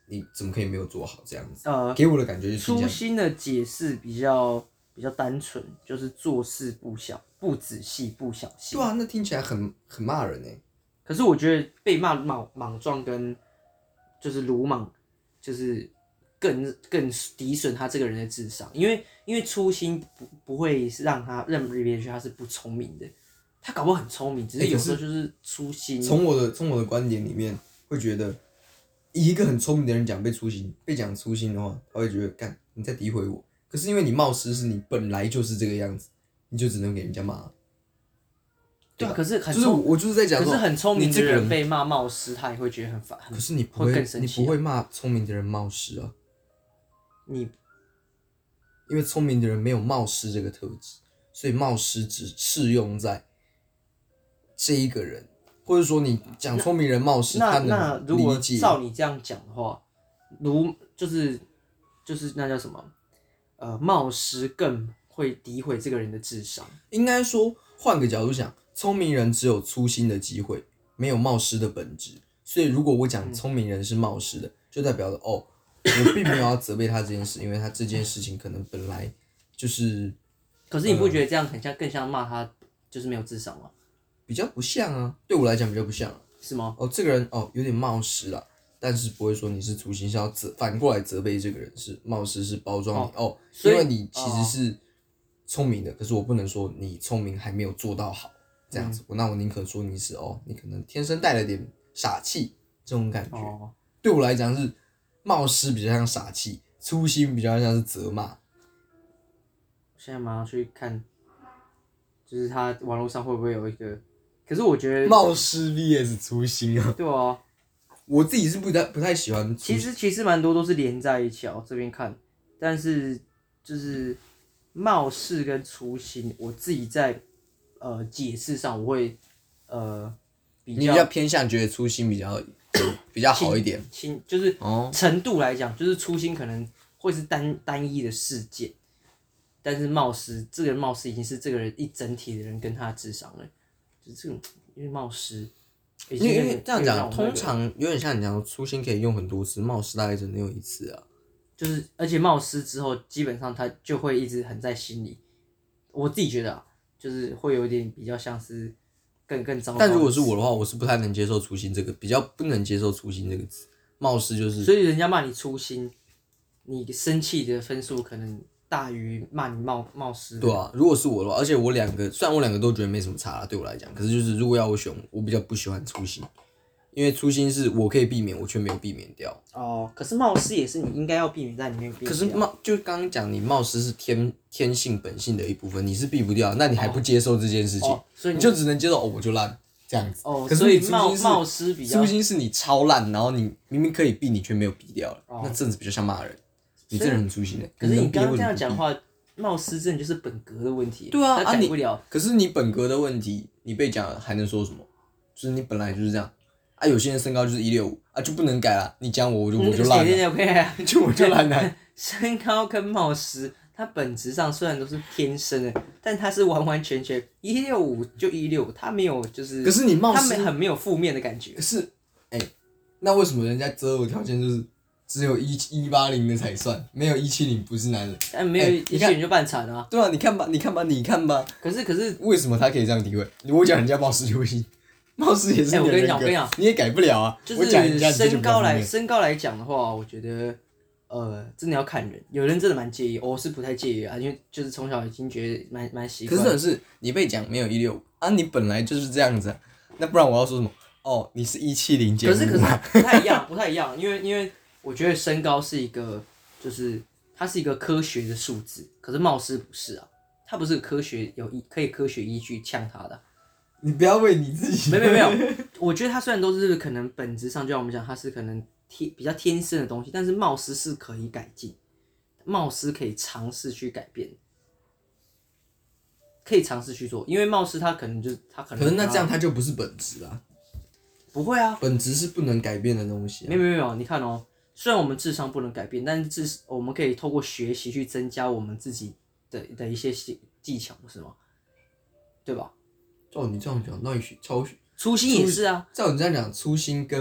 你怎么可以没有做好这样子？ 呃， 给我的感觉就是初心的解释比较比较单纯，就是做事不小、不仔细、不小心。 对啊，那听起来很很骂人哎。 可是我觉得被骂莽莽撞跟就是鲁莽，就是更更敌损他这个人的智商，因为因为初心不不会让他让别人觉得他是不聪明的，他搞不好很聪明，只是有时候就是粗心。 从我的从我的观点里面，会觉得以一个很聪明的人讲被粗心，被讲粗心的话，他会觉得干你在诋毁我。可是因为你冒失是你本来就是这个样子，你就只能给人家骂。 对啊，可是很就是我我就是在讲说， 可是很聪明的你这个人被骂冒失，他也会觉得很烦。 可是你不会， 会更生气啊你不会骂聪明的人冒失啊， 你因为聪明的人没有冒失这个特质，所以冒失只适用在这一个人，或者说你讲聪明人冒失，他那那能如果理解。 照你这样讲的话，如就是就是那叫什么？呃，冒失更会诋毁这个人的智商。 应该说换个角度想，聪明人只有粗心的机会，没有冒失的本质。所以如果我讲聪明人是冒失的，就代表了哦，我并没有要责备他这件事，因为他这件事情可能本来就是。 可是你不觉得这样很像，更像骂他就是没有智商吗？ 比较不像啊，对我来讲比较不像、啊。 是吗？ 哦，这个人哦有点冒失啦，但是不会说你是粗心，是要责反过来责备这个人是冒失，是包装你 哦, 哦，因为你其实是聪明的，可是我不能说你聪明还没有做到好这样子，嗯、那我宁可说你是哦，你可能天生带了点傻气这种感觉。哦、对我来讲是冒失比较像傻气，粗心比较像是责骂。 现在马上去看，就是他网络上会不会有一个？可是我觉得冒失 V S 粗心啊。 对啊， 我自己是不太不太喜欢。 其实其实蛮多都是连在一起哦，这边看，但是就是冒失跟粗心，我自己在呃解释上我会呃比较你比较偏向觉得粗心比较比较好一点， 轻就是程度来讲，就是粗心可能会是单单一的事件，但是冒失这个人冒失已经是这个人一整体的人跟他的智商了。就是这种，因为冒失， 因为因为这样讲，通常有点像你讲粗心可以用很多次，冒失大概只能用一次啊。 就是，而且冒失之后，基本上他就会一直很在心里。我自己觉得啊，就是会有点比较像是更更糟糕。 但如果是我的话，我是不太能接受粗心这个，比较不能接受粗心这个词。冒失就是， 所以人家骂你粗心，你生气的分数可能大于骂你冒冒失。 对啊，如果是我的话，而且我两个，虽然我两个都觉得没什么差啦，对我来讲，可是就是如果要我选，我比较不喜欢粗心，因为粗心是我可以避免，我却没有避免掉。 哦，可是冒失也是你应该要避免在里面避免。 可是冒就刚刚讲，你冒失是天天性本性的一部分，你是避不掉，那你还不接受这件事情，哦、所以 你, 你就只能接受哦，我就烂这样子。 哦， 可是你冒冒失比较粗心是你超烂，然后你明明可以避，你却没有避掉了，哦、那这样子比较像骂人。你这人很粗心的。 可是你刚刚这样讲的话。冒失真的就是本格的问题， 对啊， 他改不了、 啊、可是你本格的问题，你被讲了还能说什么？就是你本来就是这样啊。有些人身高就是一六五啊，就不能改了。你讲我，我就、嗯、我就烂了， 啊、 就我就烂了。 身高跟冒失，它本质上虽然都是天生的，但它是完完全全一六五就一六五，它没有就是。 可是你冒失， 它很没有负面的感觉。 可是，哎、欸，那为什么人家择偶条件就是？只有一一八零的才算，没有一七零不是男人。 但没有一七零就半残啊。 对啊，你看吧，你看吧，你看吧。 可是可是， 为什么他可以这样诋毁？我讲人家冒失就不行，冒失也是你的人格、欸、 我跟你讲，我跟你讲， 你也改不了啊。 就是身高来身高来讲的话，我觉得呃，真的要看人。有人真的蛮介意，我是不太介意啊，因为就是从小已经觉得蛮蛮习惯。 可是真的是你被讲没有一六五啊，你本来就是这样子、啊，那不然我要说什么？哦，你是一七零减五。 可是可是不太一样，不太一样，因为因为。我觉得身高是一个，就是它是一个科学的数字，可是冒失不是啊，它不是科学有依可以科学依据呛它的。 你不要为你自己。 没有没有没有，我觉得它虽然都是可能本质上就像我们讲，它是可能天比较天生的东西，但是冒失是可以改进，冒失可以尝试去改变，可以尝试去做，因为冒失它可能就是它可能。 可是那这样它就不是本质啦。 不会啊， 本质是不能改变的东西、啊。 没有没有没有，你看哦。虽然我们智商不能改变，但是智我们可以透过学习去增加我们自己的的一些技巧，不是吗？对吧？ 照你这样讲，那超粗心也是啊。 照你这样讲，粗心跟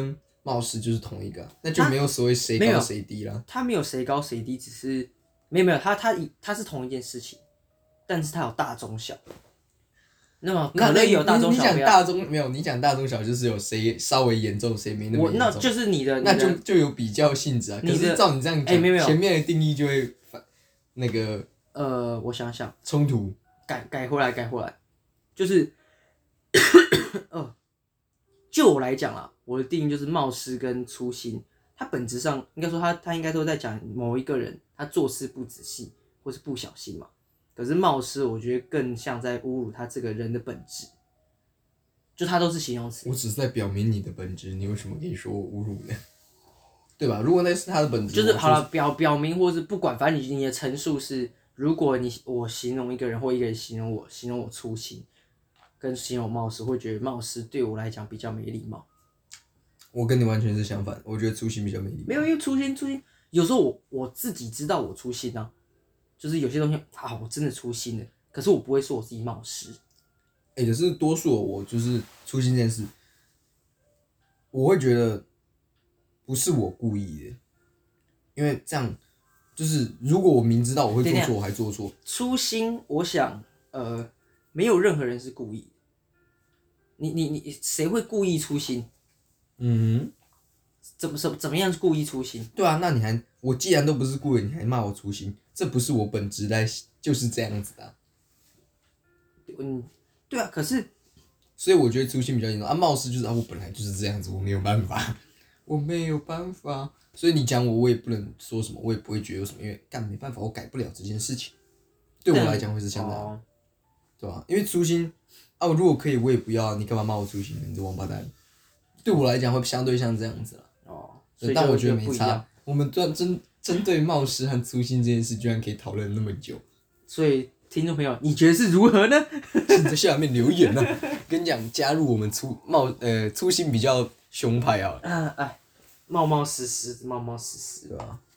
冒失就是同一个、啊，那就没有所谓谁高谁低啦。 他没有谁高谁低，只是没有没有他他他是同一件事情，但是他有大中小。那么可能有大中小。 你讲大中没有？你讲大中小就是有谁稍微严重，谁没那么严重。 那就是你的， 那就就有比较性质啊。可是照你这样讲， 没有前面的定义就会那个呃，我想想， 冲突。 改改回来，改回来，就是，呃，就我来讲啦，我的定义就是冒失跟粗心，它本质上应该说他他应该都在讲某一个人他做事不仔细或是不小心嘛。可是冒失，我觉得更像在侮辱他这个人的本质，就他都是形容词。 我只是在表明你的本质，你为什么可以说我侮辱呢？对吧？如果那是他的本质， 就是好了，表表明或是不管，反正你你的陈述是，如果你我形容一个人或一个人形容我，形容我粗心，跟形容冒失，会觉得冒失对我来讲比较没礼貌。 我跟你完全是相反，我觉得粗心比较没礼貌。 没有，因为粗心粗心，有时候我我自己知道我粗心啊。就是有些东西啊，我真的粗心了，可是我不会说我自己冒失。 哎、欸，可是多数我就是粗心这件事，我会觉得不是我故意的，因为这样就是如果我明知道我会做错，我还做错。 粗心，我想呃，没有任何人是故意的。你你你，谁会故意粗心？ 嗯哼， 怎么怎么怎么样是故意粗心？ 对啊，那你还我既然都不是故意，你还骂我粗心？这不是我本质来，就是这样子的、啊。 嗯，对啊，可是， 所以我觉得粗心比较严重啊，冒失就是啊，我本来就是这样子，我没有办法，我没有办法。所以你讲我，我也不能说什么，我也不会觉得有什么，因为干没办法，我改不了这件事情。对我来讲会是像这样，哦、对吧、啊？因为粗心啊，我如果可以，我也不要、啊，你干嘛骂我粗心呢？你这王八蛋。对我来讲会相对像这样子了。 哦， 所以但我觉得没差。我们专针针对冒失和粗心这件事，居然可以讨论那么久。 所以听众朋友，你觉得是如何呢？ 请在下面留言呢、啊。跟你讲，加入我们粗冒呃粗心比较凶派啊。 啊哎，冒冒失失，冒冒失失， 对吧？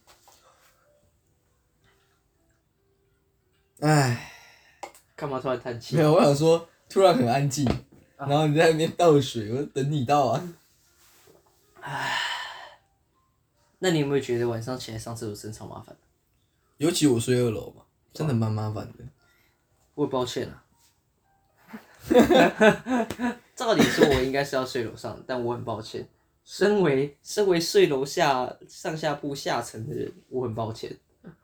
唉， 干嘛突然叹气？ 没有，我想说，突然很安静，啊、然后你在那边倒水，我等你倒啊。 唉。那你有没有觉得晚上起来上厕所真超麻烦？ 尤其我睡二楼嘛，真的蛮麻烦的。 我很抱歉啊。照理说，我应该是要睡楼上，但我很抱歉。身为身为睡楼下上下铺下层的人，我很抱歉。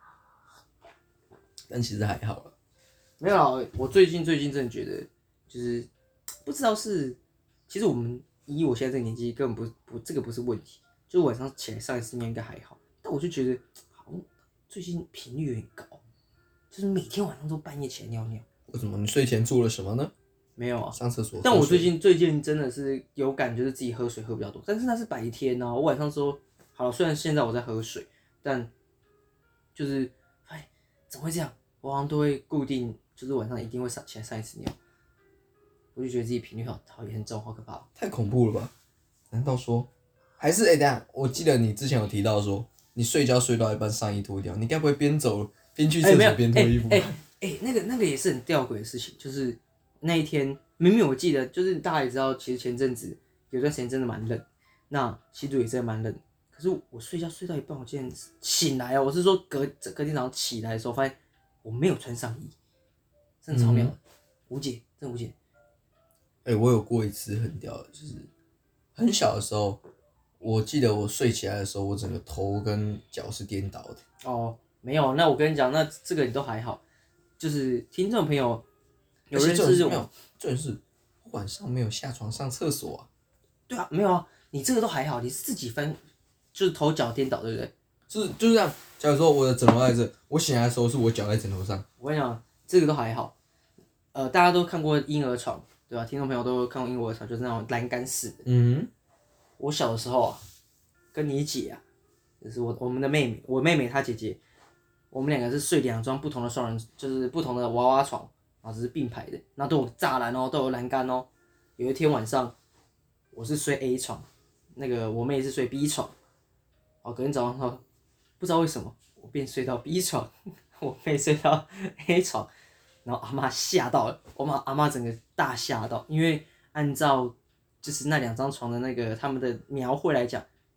但其实还好了。 没有啦，我最近最近真的觉得，就是不知道是，其实我们以我现在这个年纪，根本不不这个不是问题。就晚上起来上一次尿应该还好，但我就觉得好像最近频率有点高，就是每天晚上都半夜起来尿尿。 为什么？你睡前做了什么呢？ 没有啊， 上厕所。 但我最近最近真的是有感，就是自己喝水喝比较多，但是那是白天啊，我晚上说好了，虽然现在我在喝水，但就是哎，怎么会这样？我好像都会固定，就是晚上一定会上起来上一次尿，我就觉得自己频率好好严重，好可怕、喔。 太恐怖了吧？难道说？还是哎、欸，等一下，我记得你之前有提到说，你睡觉睡到一半上衣脱掉，你该不会边走边去厕所边脱衣服吧？ 哎、欸欸欸，那个那个也是很吊诡的事情，就是那一天明明我记得，就是大家也知道，其实前阵子有段时间真的蛮冷，那西都也真的蛮冷，可是我睡觉睡到一半，我竟然醒来哦，我是说隔隔天早上起来的时候，发现我没有穿上衣，真的超妙的，嗯、无解，真的无解。 哎、欸，我有过一次很屌的，就是很小的时候。我记得我睡起来的时候，我整个头跟脚是颠倒的。 哦，没有，那我跟你讲，那这个你都还好。就是听众朋友，有人是这种， 没有，重点是晚上没有下床上厕所啊。 对啊，没有啊，你这个都还好，你是自己翻，就是头脚颠倒，对不对？ 就是就是这样。假如说我的枕头在这，我醒来的时候是我脚在枕头上。 我跟你讲，这个都还好。呃，大家都看过婴儿床，对吧？听众朋友都看过婴儿床，就是那种栏杆式的。 嗯。 我小的时候啊，跟你姐啊，就是我我们的妹妹，我妹妹她姐姐，我们两个是睡两张不同的双人，就是不同的娃娃床，然后只是并排的，然后都有栅栏哦，都有栏杆哦。有一天晚上，我是睡 A 床，那个我妹是睡 B 床，哦，隔天早上后，不知道为什么我便睡到 B 床，我妹睡到 A 床，然后阿嬷吓到了，我妈阿嬷整个大吓到，因为按照就是那两张床的那个他们的描绘来讲，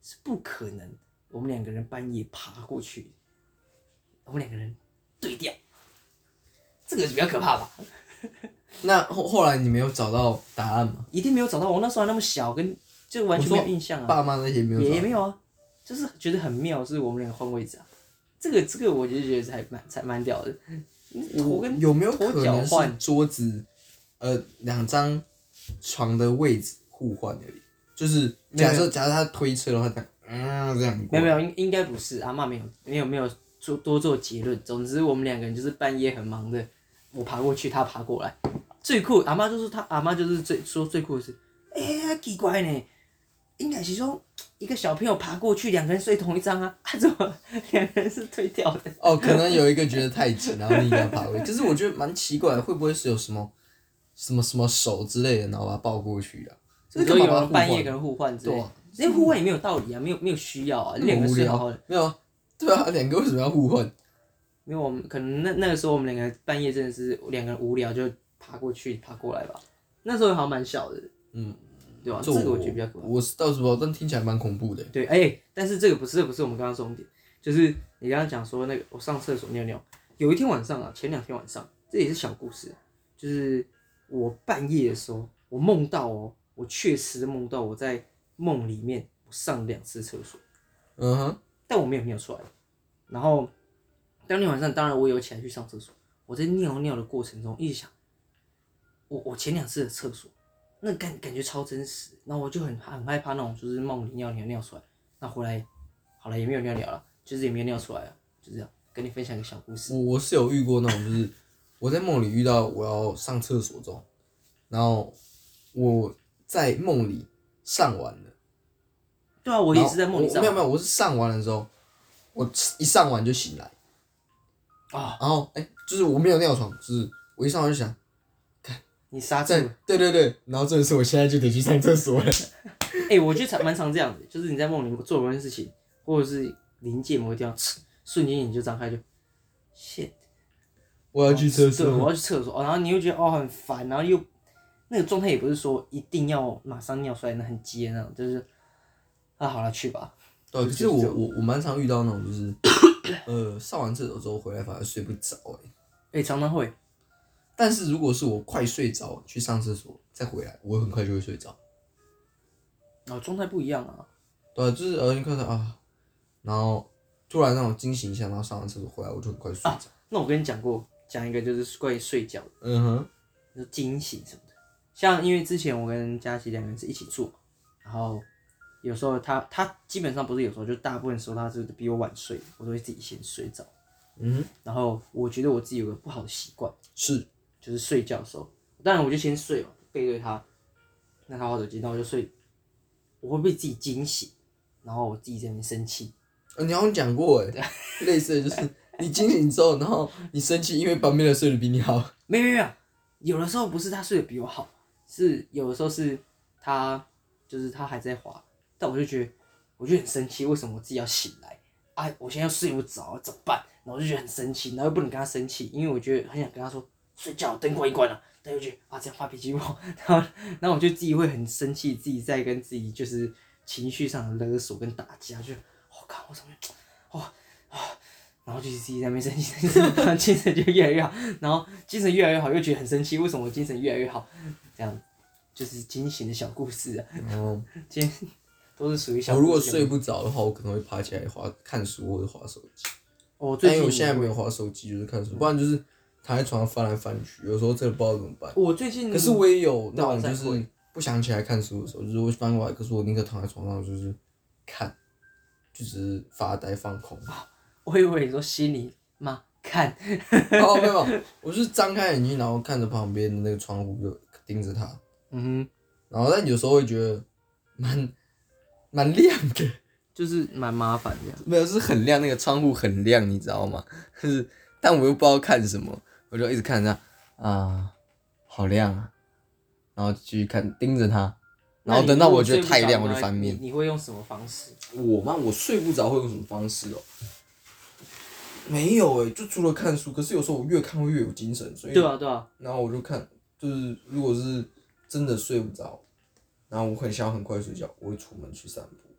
是不可能我们两个人半夜爬过去，我们两个人对调，这个比较可怕吧？ 那后后来你没有找到答案吗？ 一定没有找到，我那时候还那么小，跟就完全没有印象啊。 爸妈那些没有找到， 也没有啊，就是觉得很妙，是我们两个换位置啊。这个这个我就觉得才蛮才蛮屌的。头跟有没有可头脚能是换桌子呃两张床的位置互换而已？就是假设假设他推车的话，他嗯这样过来没有没有，应应该不是，阿嬷没有没有没有做多做结论。总之我们两个人就是半夜很忙的，我爬过去，他爬过来。最酷，阿嬷就是他阿嬷就是最说最酷的是，哎、欸，奇怪呢，应该是说一个小朋友爬过去，两个人睡同一张啊，啊怎么两个人是推掉的？ 哦，可能有一个觉得太紧，然后另一个要爬过去。可是我觉得蛮奇怪的，会不会是有什么什么什么手之类的，然后把它抱过去的、啊？ 所以有人半夜可能互换之类的，那、啊、互换也没有道理啊，没有没有需要啊，两个睡好好的， 没有，对啊，两个为什么要互换？ 没有，我们可能那那个时候我们两个半夜真的是两个人无聊就爬过去爬过来吧，那时候好像蛮小的，嗯，对吧？这个我觉得比较可怕。 我是倒是不知道，但听起来蛮恐怖的。 对，哎、欸，但是这个不是，这不是我们刚刚重点，就是你刚刚讲说那个我上厕所尿尿，有一天晚上啊，前两天晚上，这也是小故事，就是我半夜的时候，我梦到哦，我确实梦到我在梦里面我上两次厕所， 嗯哼， 但我没有尿出来，然后当天晚上，当然我有起来去上厕所，我在尿尿的过程中一直想，我我前两次的厕所。那感感觉超真实，然后我就很很害怕那种，就是梦里尿尿尿出来，那回来好了也没有尿尿了，就是也没有尿出来了，就这样跟你分享一个小故事。 我我是有遇过那种，就是我在梦里遇到我要上厕所中，然后我在梦里上完了。 对啊，我也是在梦里上完。 没有没有，我是上完了之后，我一上完就醒来啊，然后哎、欸，就是我没有尿床，就是我一上完就想。 你刹住了， 对对对，然后这是我现在就得去上厕所了。 哎、欸，我觉得常蛮常这样的，就是你在梦里做某件事情，或者是临界某个地方，瞬间眼就张开就，shit， 我要去厕所， 对，我要去厕所，然后你又觉得哦很烦，然后又那个状态也不是说一定要马上尿出来，那很急的那种，就是啊好了去吧。 对，可是我我我蛮常遇到那种，就是呃上完厕所之后回来反而睡不着哎、欸。 哎、欸，常常会。 但是如果是我快睡着去上厕所再回来，我很快就会睡着。 哦，状态不一样啊。 对啊，就是呃你看到啊，然后突然让我惊醒一下，然后上完厕所回来，我就很快睡着、啊。 那我跟你讲过，讲一个就是关于睡觉的， 嗯哼， 就是惊醒什么的。像因为之前我跟佳琪两个人是一起住，然后有时候他他基本上不是有时候，就大部分时候他是比我晚睡，我都会自己先睡着。嗯哼，然后我觉得我自己有个不好的习惯， 是。 就是睡觉的时候，当然我就先睡嘛，背对他，那他滑手机，然后我就睡，我会被自己惊醒，然后我自己在那边生气。 呃，你好像讲过哎，类似的就是你惊醒之后，然后你生气，因为旁边的睡得比你好。 没有没有没有，有的时候不是他睡得比我好，是有的时候是他就是他还在滑，但我就觉得我就很生气，为什么我自己要醒来？啊，我现在又睡不着，怎么办？然后我就觉得很生气，然后又不能跟他生气，因为我觉得很想跟他说。睡觉灯关一关了，但又觉得啊这样发脾气不好，然后然后我就自己会很生气，自己在跟自己就是情绪上的勒索跟打架，就我靠、哦、我怎么哇啊，然后就是自己在那边生气，生气，然后精神就越来越好，然后精神越来越好，又觉得很生气，为什么我精神越来越好？这样就是惊醒的小故事啊。哦，今天都是属于小故事。 我如果睡不着的话，我可能会爬起来滑看书或者滑手机。 哦，最近我现在没有滑手机，就是看书，不然就是。躺在床上翻来翻去，有时候真的不知道怎么办。 我最近， 可是我也有那种就是不想起来看书的时候，就是我翻过来，可是我宁可躺在床上就是看，就是发呆放空。 我以为你说心里妈看， 哦没有，我就是张开眼睛，然后看着旁边的那个窗户，就盯着它。嗯哼。然后但有时候会觉得蛮蛮亮的， 就是蛮麻烦的。 没有，是很亮，那个窗户很亮，你知道吗？就是，但我又不知道看什么。我就一直看着它啊，好亮啊，然后继续看，盯着它，然后等到我觉得太亮，我就翻面。 你, 你会用什么方式？ 我吗？我睡不着会用什么方式哦？没有诶、欸，就除了看书，可是有时候我越看会越有精神，所以对啊对啊。 然后我就看，就是如果是真的睡不着，然后我很想要很快睡觉，我会出门去散步。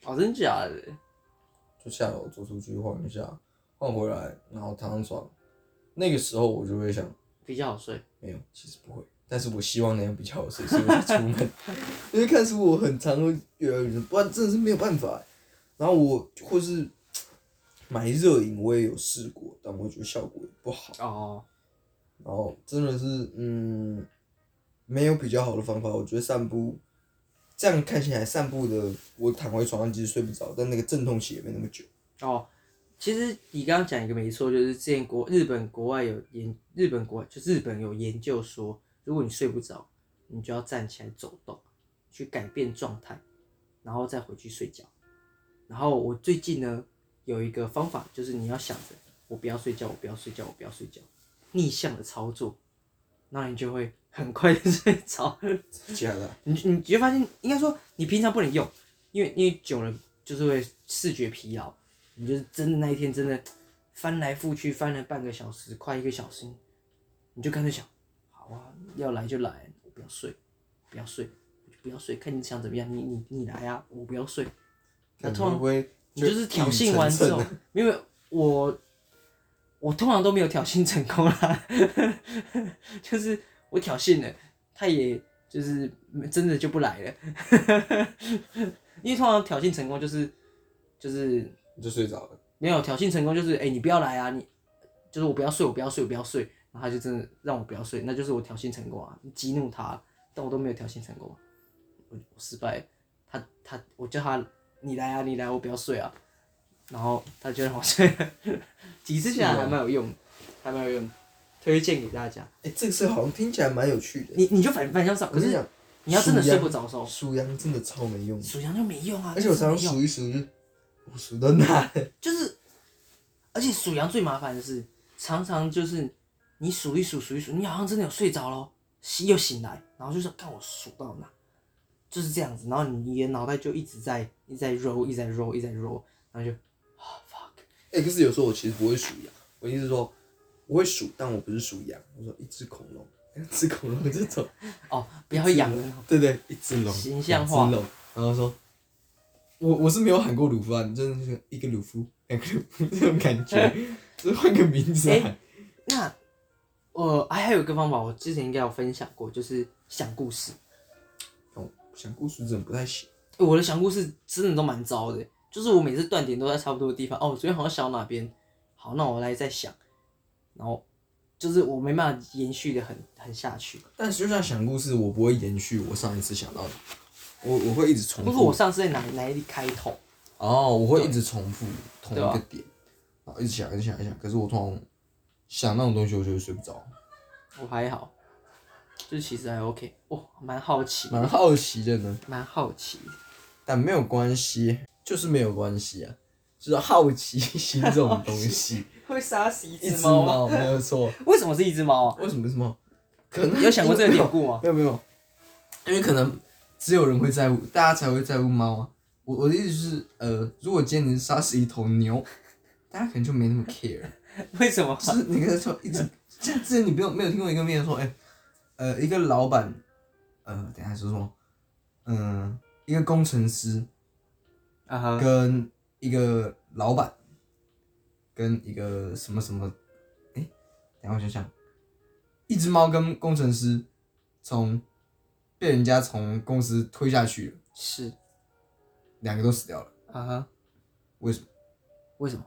哦，真假的？ 就下楼走出去晃一下，晃回来，然后躺上床。那个时候我就会想， 比较好睡。 没有，其实不会，但是我希望那样比较好睡，所以我才出门。因为看书我很常会越来越深，不然真的是没有办法。然后我或是买热饮，我也有试过，但我觉得效果也不好。 哦。 然后真的是，嗯，没有比较好的方法。我觉得散步，这样看起来散步的，我躺回床上其实睡不着，但那个阵痛期也没那么久。 哦，其实你刚刚讲一个没错，就是之前国日本国外有研，日本国外就日本有研究说，如果你睡不着，你就要站起来走动，去改变状态，然后再回去睡觉。然后我最近呢有一个方法，就是你要想着我不要睡觉，我不要睡觉，我不要睡觉，逆向的操作，那你就会很快的睡着。 假的？ 你你就会发现，应该说你平常不能用，因为因为久了就是会视觉疲劳。你就是真的那一天真的翻来覆去翻了半个小时，快一个小时，你就干脆想，好啊，要来就来，我不要睡，不要睡，我就不要睡，看你想怎么样，你你你来啊，我不要睡。那通常你就是挑衅完之后，因为我我通常都没有挑衅成功啦，就是我挑衅了，他也就是真的就不来了，因为通常挑衅成功就是就是你就睡着了。 没有挑衅成功就是哎、欸、你不要来啊，你就是我不要睡，我不要睡，我不要睡，然后他就真的让我不要睡，那就是我挑衅成功啊，激怒他，但我都没有挑衅成功，我我失败了，他他我叫他你来啊你来，我不要睡啊，然后他就让我睡了，几次下来还蛮有用的，还蛮有用的，推荐给大家。 哎、欸，这个事好像听起来蛮有趣的。 你你就反反向上，可是你要真的睡不着的时候， 数羊真的超没用。 数羊就没用啊， 而且我常常数一数就，我数到哪？ 就是，而且数羊最麻烦的是，常常就是你数一数数一数，你好像真的有睡着咯，又醒来，然后就说看我数到哪，就是这样子，然后你的脑袋就一直在一直在 roll， 一直在 roll， 一直在 roll， 然后就啊 fuck。 哎、欸，可是有时候我其实不会数羊，我意思是说我会数，但我不是数羊，我说一只恐龙，两只恐龙这种。 哦，不要养了。 对对，一只龙， 形象化。 龙，然后说。我我是没有喊过鲁夫啊，你真的是一个鲁夫，两个鲁夫这种感觉，就是换个名字啊。欸、 那我还有一个方法，我之前应该有分享过，就是想故事。 哦，想故事真的不太行。 欸、我的想故事真的都蛮糟的，就是我每次断点都在差不多的地方。哦，我昨天好像想到哪边，好，那我来再想，然后就是我没办法延续的很很下去。 但是就像想故事，我不会延续我上一次想到的。我我会一直重复。 不是我上次在哪哪里开头？ 哦，我会一直重复同一个点，然后一直想，一直想，一直想。可是我通常想那种东西，我就会睡不着。 我还好，就是其实还 OK。哦，蛮好奇。 蛮好奇的呢。 蛮好奇。 但没有关系，就是没有关系啊，就是好奇心这种东西。 会杀死一只猫。 猫，没有错。 为什么是一只猫啊？ 为什么是猫？可能你有想过这个典故吗？ 没有没有，因为可能。只有人会在乎，大家才会在乎猫啊。我我的意思是，呃，如果今天你杀死一头牛，大家可能就没那么 care。 为什么？ 就是你跟他说一直，像之前你不用没有听过一个面说，哎、欸，呃，一个老板，呃，等一下说什么？嗯、呃，一个工程师， 啊哈， 跟一个老板，跟一个什么什么，哎、欸，等一下我想想，一只猫跟工程师从。被人家从公司推下去了， 是， 两个都死掉了。 啊哈， 为什么？ 为什么？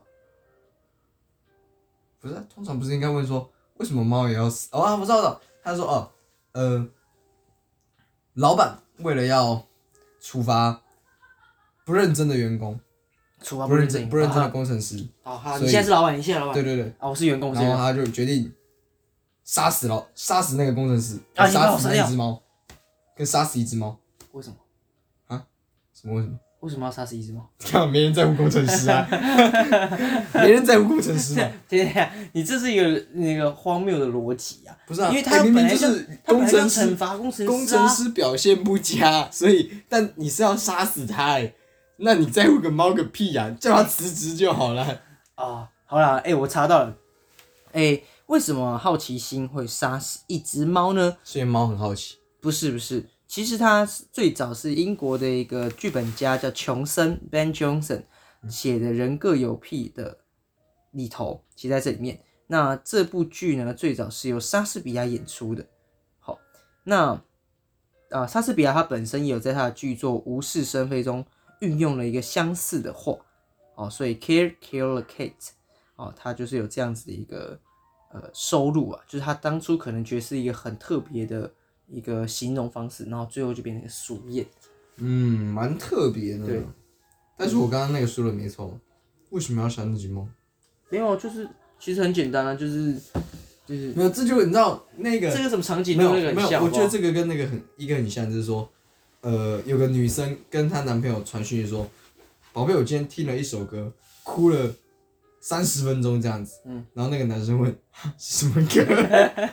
不是、啊，通常不是应该问说为什么猫也要死？哦，我知道了。他说哦，呃，老板为了要处罚不认真的员工， 处罚不认真不认真的工程师。 好好，你现在是老板，你现在老板。 对对对。 啊，我是员工。 然后他就决定杀死老杀死那个工程师， 啊， 杀死那一只猫。跟杀死一只猫， 为什么？ 啊？什么为什么？ 为什么要杀死一只猫？ 看，没人在乎工程师啊，没人在乎工程师嘛。 对呀，你这是一个那个荒谬的逻辑啊！ 不是啊， 因为他明明就是工程师惩罚工程师， 工程师表现不佳，所以但你是要杀死他哎，那你在乎个猫个屁呀、啊？叫他辞职就好了。 啊、哦，好啦，哎、欸，我查到了，哎、欸，为什么好奇心会杀死一只猫呢？ 所以猫很好奇。 不是不是， 其实他最早是英国的一个剧本家叫琼森 Ben Johnson 写的《人各有癖》的里头，其实在这里面。那这部剧呢，最早是由莎士比亚演出的。好，那啊，莎士比亚他本身也有在他的剧作《无事生非》中运用了一个相似的话，哦，所以 Care Kill the Cat， 哦，他就是有这样子的一个呃收入啊，就是他当初可能觉得是一个很特别的一个形容方式，然后最后就变成一个俗谚。 嗯，蛮特别的。 对， 但是我刚刚那个说的没错，为什么要杀那只猫？ 没有，就是其实很简单啊，就是就是没有，这就你知道那个这个什么场景没有都那个没有， 很像。 我觉得这个跟那个很一个很像，就是说，呃，有个女生跟她男朋友传讯息说，宝贝，我今天听了一首歌，哭了三十分钟这样子。嗯。然后那个男生问是什么歌？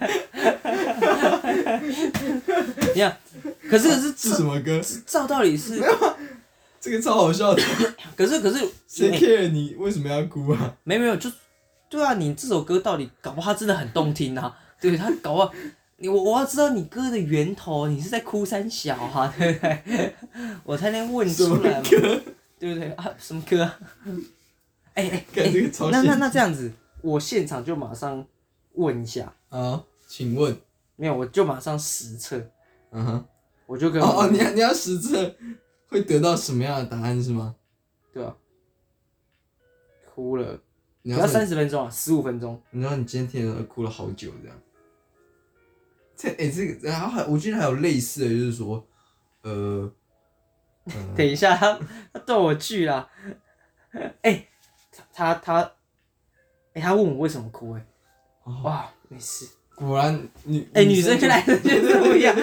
你看，可是可是是什么歌？ 照道理是没有啊，这个超好笑的。 可是可是谁 care 你为什么要哭啊？ 没有没有，就对啊，你这首歌到底搞不好它真的很动听啊，对，它搞不好你我我要知道你歌的源头，你是在哭三小啊，对不对？我才能问出来嘛，对不对啊？什么歌啊？哎哎哎，那那那这样子，我现场就马上问一下啊，请问？ 没有，我就马上实测。 嗯哼， 我就跟哦哦，你要你要实测会得到什么样的答案是吗？ 对啊，哭了，不要三十分钟啊，十五分钟。 你知道你今天听的哭了好久这样。这哎、欸、这个然后还我记得还有类似的，就是说，呃， 呃等一下他他逗我句啦，哎、欸，他他哎、欸、他问我为什么哭哎、欸哦，哇没事。果然女哎、欸、女生跟男生就是不一样。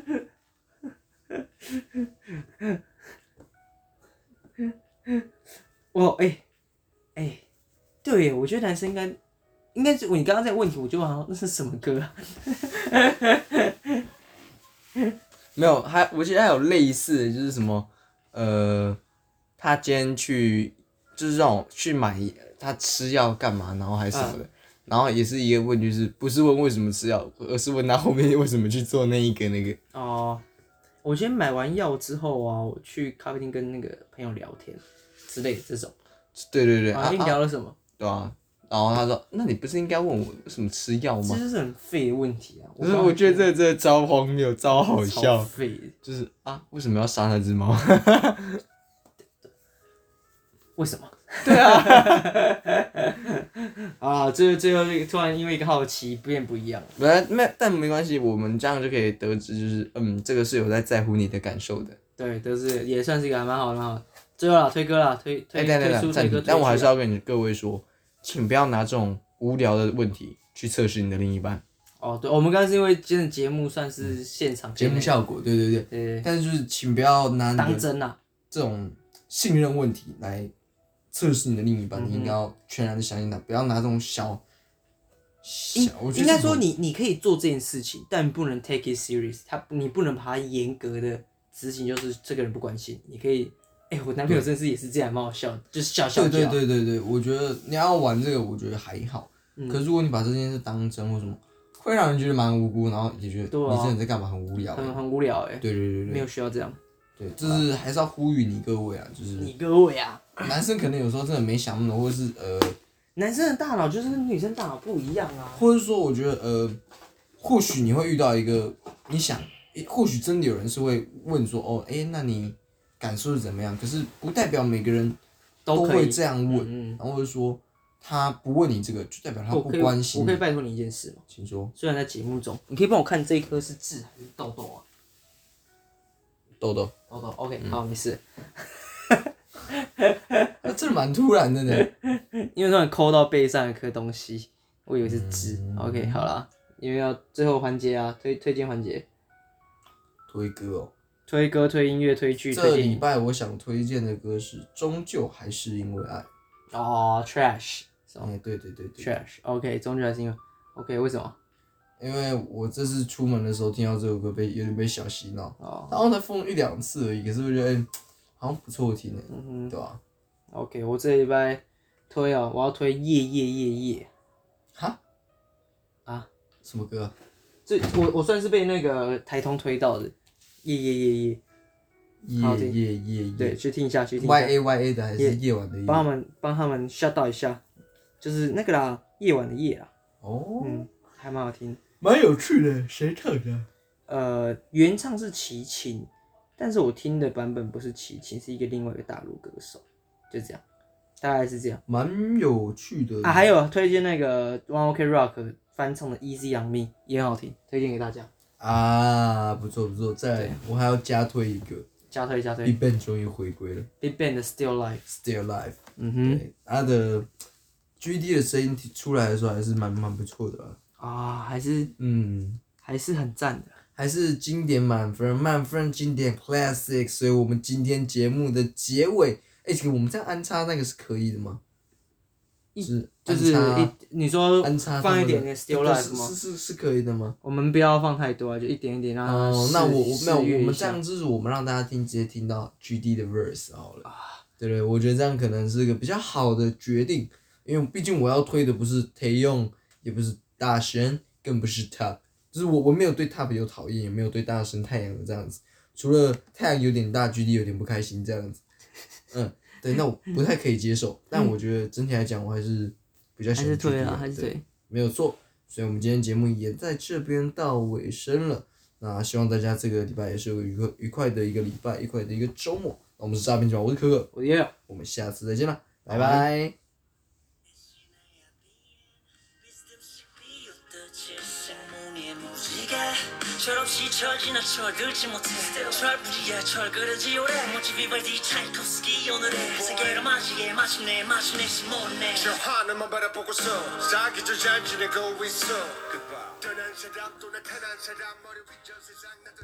我哎哎、欸欸，对，我觉得男生应该应该是你刚刚在问题，我就好像那是什么歌啊？ 没有，还我记得还有类似的，就是什么呃，他今天去就是让我去买他吃药干嘛，然后还是什么的。嗯，然后也是一个问题，是不是问为什么吃药，而是问他后面为什么去做那一个那个。 哦，我今天买完药之后啊，我去咖啡厅跟那个朋友聊天之类的这种。 对对对。 啊，你聊了什么？啊对啊，然后他说：“那你不是应该问我为什么吃药吗？” 这就是很废的问题啊！ 可是我觉得这这超荒谬，超好笑。 超废的。 就是啊，为什么要杀那只猫？ 为什么？ 对啊。 啊，最最后这个突然因为一个好奇变不一样。 没没，但没关系，我们这样就可以得知，就是嗯，这个是有在在乎你的感受的。 对，得知也算是一个还蛮好的，蛮好的。最后啦，推歌啦，推推、欸、推出推歌。 但我还是要跟你各位说，请不要拿这种无聊的问题去测试你的另一半。 哦，对，我们刚刚是因为今天的节目算是现场节目效果，对对对。对。但是就是请不要拿当真啊这种信任问题来测试你的另一半，嗯、你应该要全然的相信他，不要拿这种小。 小我觉得应该说你你可以做这件事情，但不能 take it serious， 他你不能把它严格的执行，就是这个人不关心，你可以。哎、欸，我男朋友真是也是这样，蛮好笑，就是笑笑。 对对对对对，我觉得你要玩这个，我觉得还好。嗯、可是如果你把这件事当真或什么，会让人觉得蛮无辜，然后也觉得你这人在干嘛，很无聊、欸， 很很无聊哎、欸。 对对对对， 没有需要这样。 对，就是还是要呼吁你各位啊，就是你各位啊， 男生可能有时候真的没想那么多，或者是呃， 男生的大脑就是跟女生大脑不一样啊。 或者说，我觉得呃，或许你会遇到一个，你想，或许真的有人是会问说，哦，哎、欸，那你。感受是怎么样？可是不代表每个人都会这样问，嗯嗯、然后或者说他不问你这个，就代表他不关心你。 我可以拜托你一件事吗？ 请说。 虽然在节目中，你可以帮我看这一颗是痣还是痘痘啊？ 痘痘。 痘痘 ，OK，、嗯、好，没事。 那这蛮突然的呢， 因为突然抠到背上一颗东西，我以为是痣。嗯、OK， 好啦，因为要最后环节啊，推推荐环节。 推歌哦。 推歌、推音乐、推剧、推这礼拜我想推荐的歌是《终究还是因为爱》。 哦 ，Trash。 哎，对对对对。 Trash，OK， 终究还是因为 ，OK， 为什么？ 因为我这次出门的时候听到这首歌，被有点被小洗脑。哦。然后才放一两次而已，可是我觉得、欸、好像不错听诶、欸，嗯哼，对吧、啊、 ？OK， 我这礼拜推啊，我要推《夜夜夜夜》。 哈？ 啊？ 什么歌、啊？ 这我我算是被那个台通推到的。 夜夜夜夜，好听夜夜夜夜， 对，去听一下，去听一 ，Y 下， A Y A 的还是夜晚的夜？ 帮他们帮他们 shout out 一下，就是那个啦，夜晚的夜啦， 哦， 嗯，还蛮好听。 蛮有趣的，谁唱的？ 呃，原唱是齐秦，但是我听的版本不是齐秦，是一个另外一个大陆歌手，就这样，大概是这样。 蛮有趣的啊，还有推荐那个 One Ok Rock 翻唱的 Easy on Me 也很好听，推荐给大家。 啊，不错不错。再来，我还要加推一个加推加推 ，Big Bang 终于回归了 ，Big Bang 的 Still Life， ，Still Live。 嗯哼， 对，他的 G D 的声音出来的时候还是蛮蛮不错的啦。 啊，还是嗯， 还是很赞的。 还是经典满分，满分经典 Classic。所以我们今天节目的结尾，哎、欸，我们这样安插那个是可以的吗？是就是一，你说安插放一点点 Still Life 吗？ 是是是可以的吗？ 我们不要放太多啊，就一点一点让它哦，那我我没有，我们这样样就是我们让大家听，直接听到 G D 的 verse 好了。对对，我觉得这样可能是个比较好的决定，因为毕竟我要推的不是 Taeyong， 也不是大神，更不是 Top， 就是我我没有对 Top 有讨厌，也没有对大神太阳的这样子，除了太阳有点大 ，G D 有点不开心这样子。嗯，对，那我不太可以接受，但我觉得整体来讲，我还是比较喜欢 G D 的。 还是推啊，还是推。 没有错，所以我们今天节目也在这边到尾声了。那希望大家这个礼拜也是有愉快愉快的一个礼拜，愉快的一个周末。那我们是诈骗集团，我是可可， 我也有。 我们下次再见了，拜拜。철없이 철지나 철들지 못해 철부지야 철그러지 오래 모치 비발디 차이콥스키 오늘의 세계로 마시게 마침내 마침내 시몬네 저 하늘만 바라보고서 자기도 잘 지내고 있어 떠난 사람 또 나타난 사람 머리 위저 세상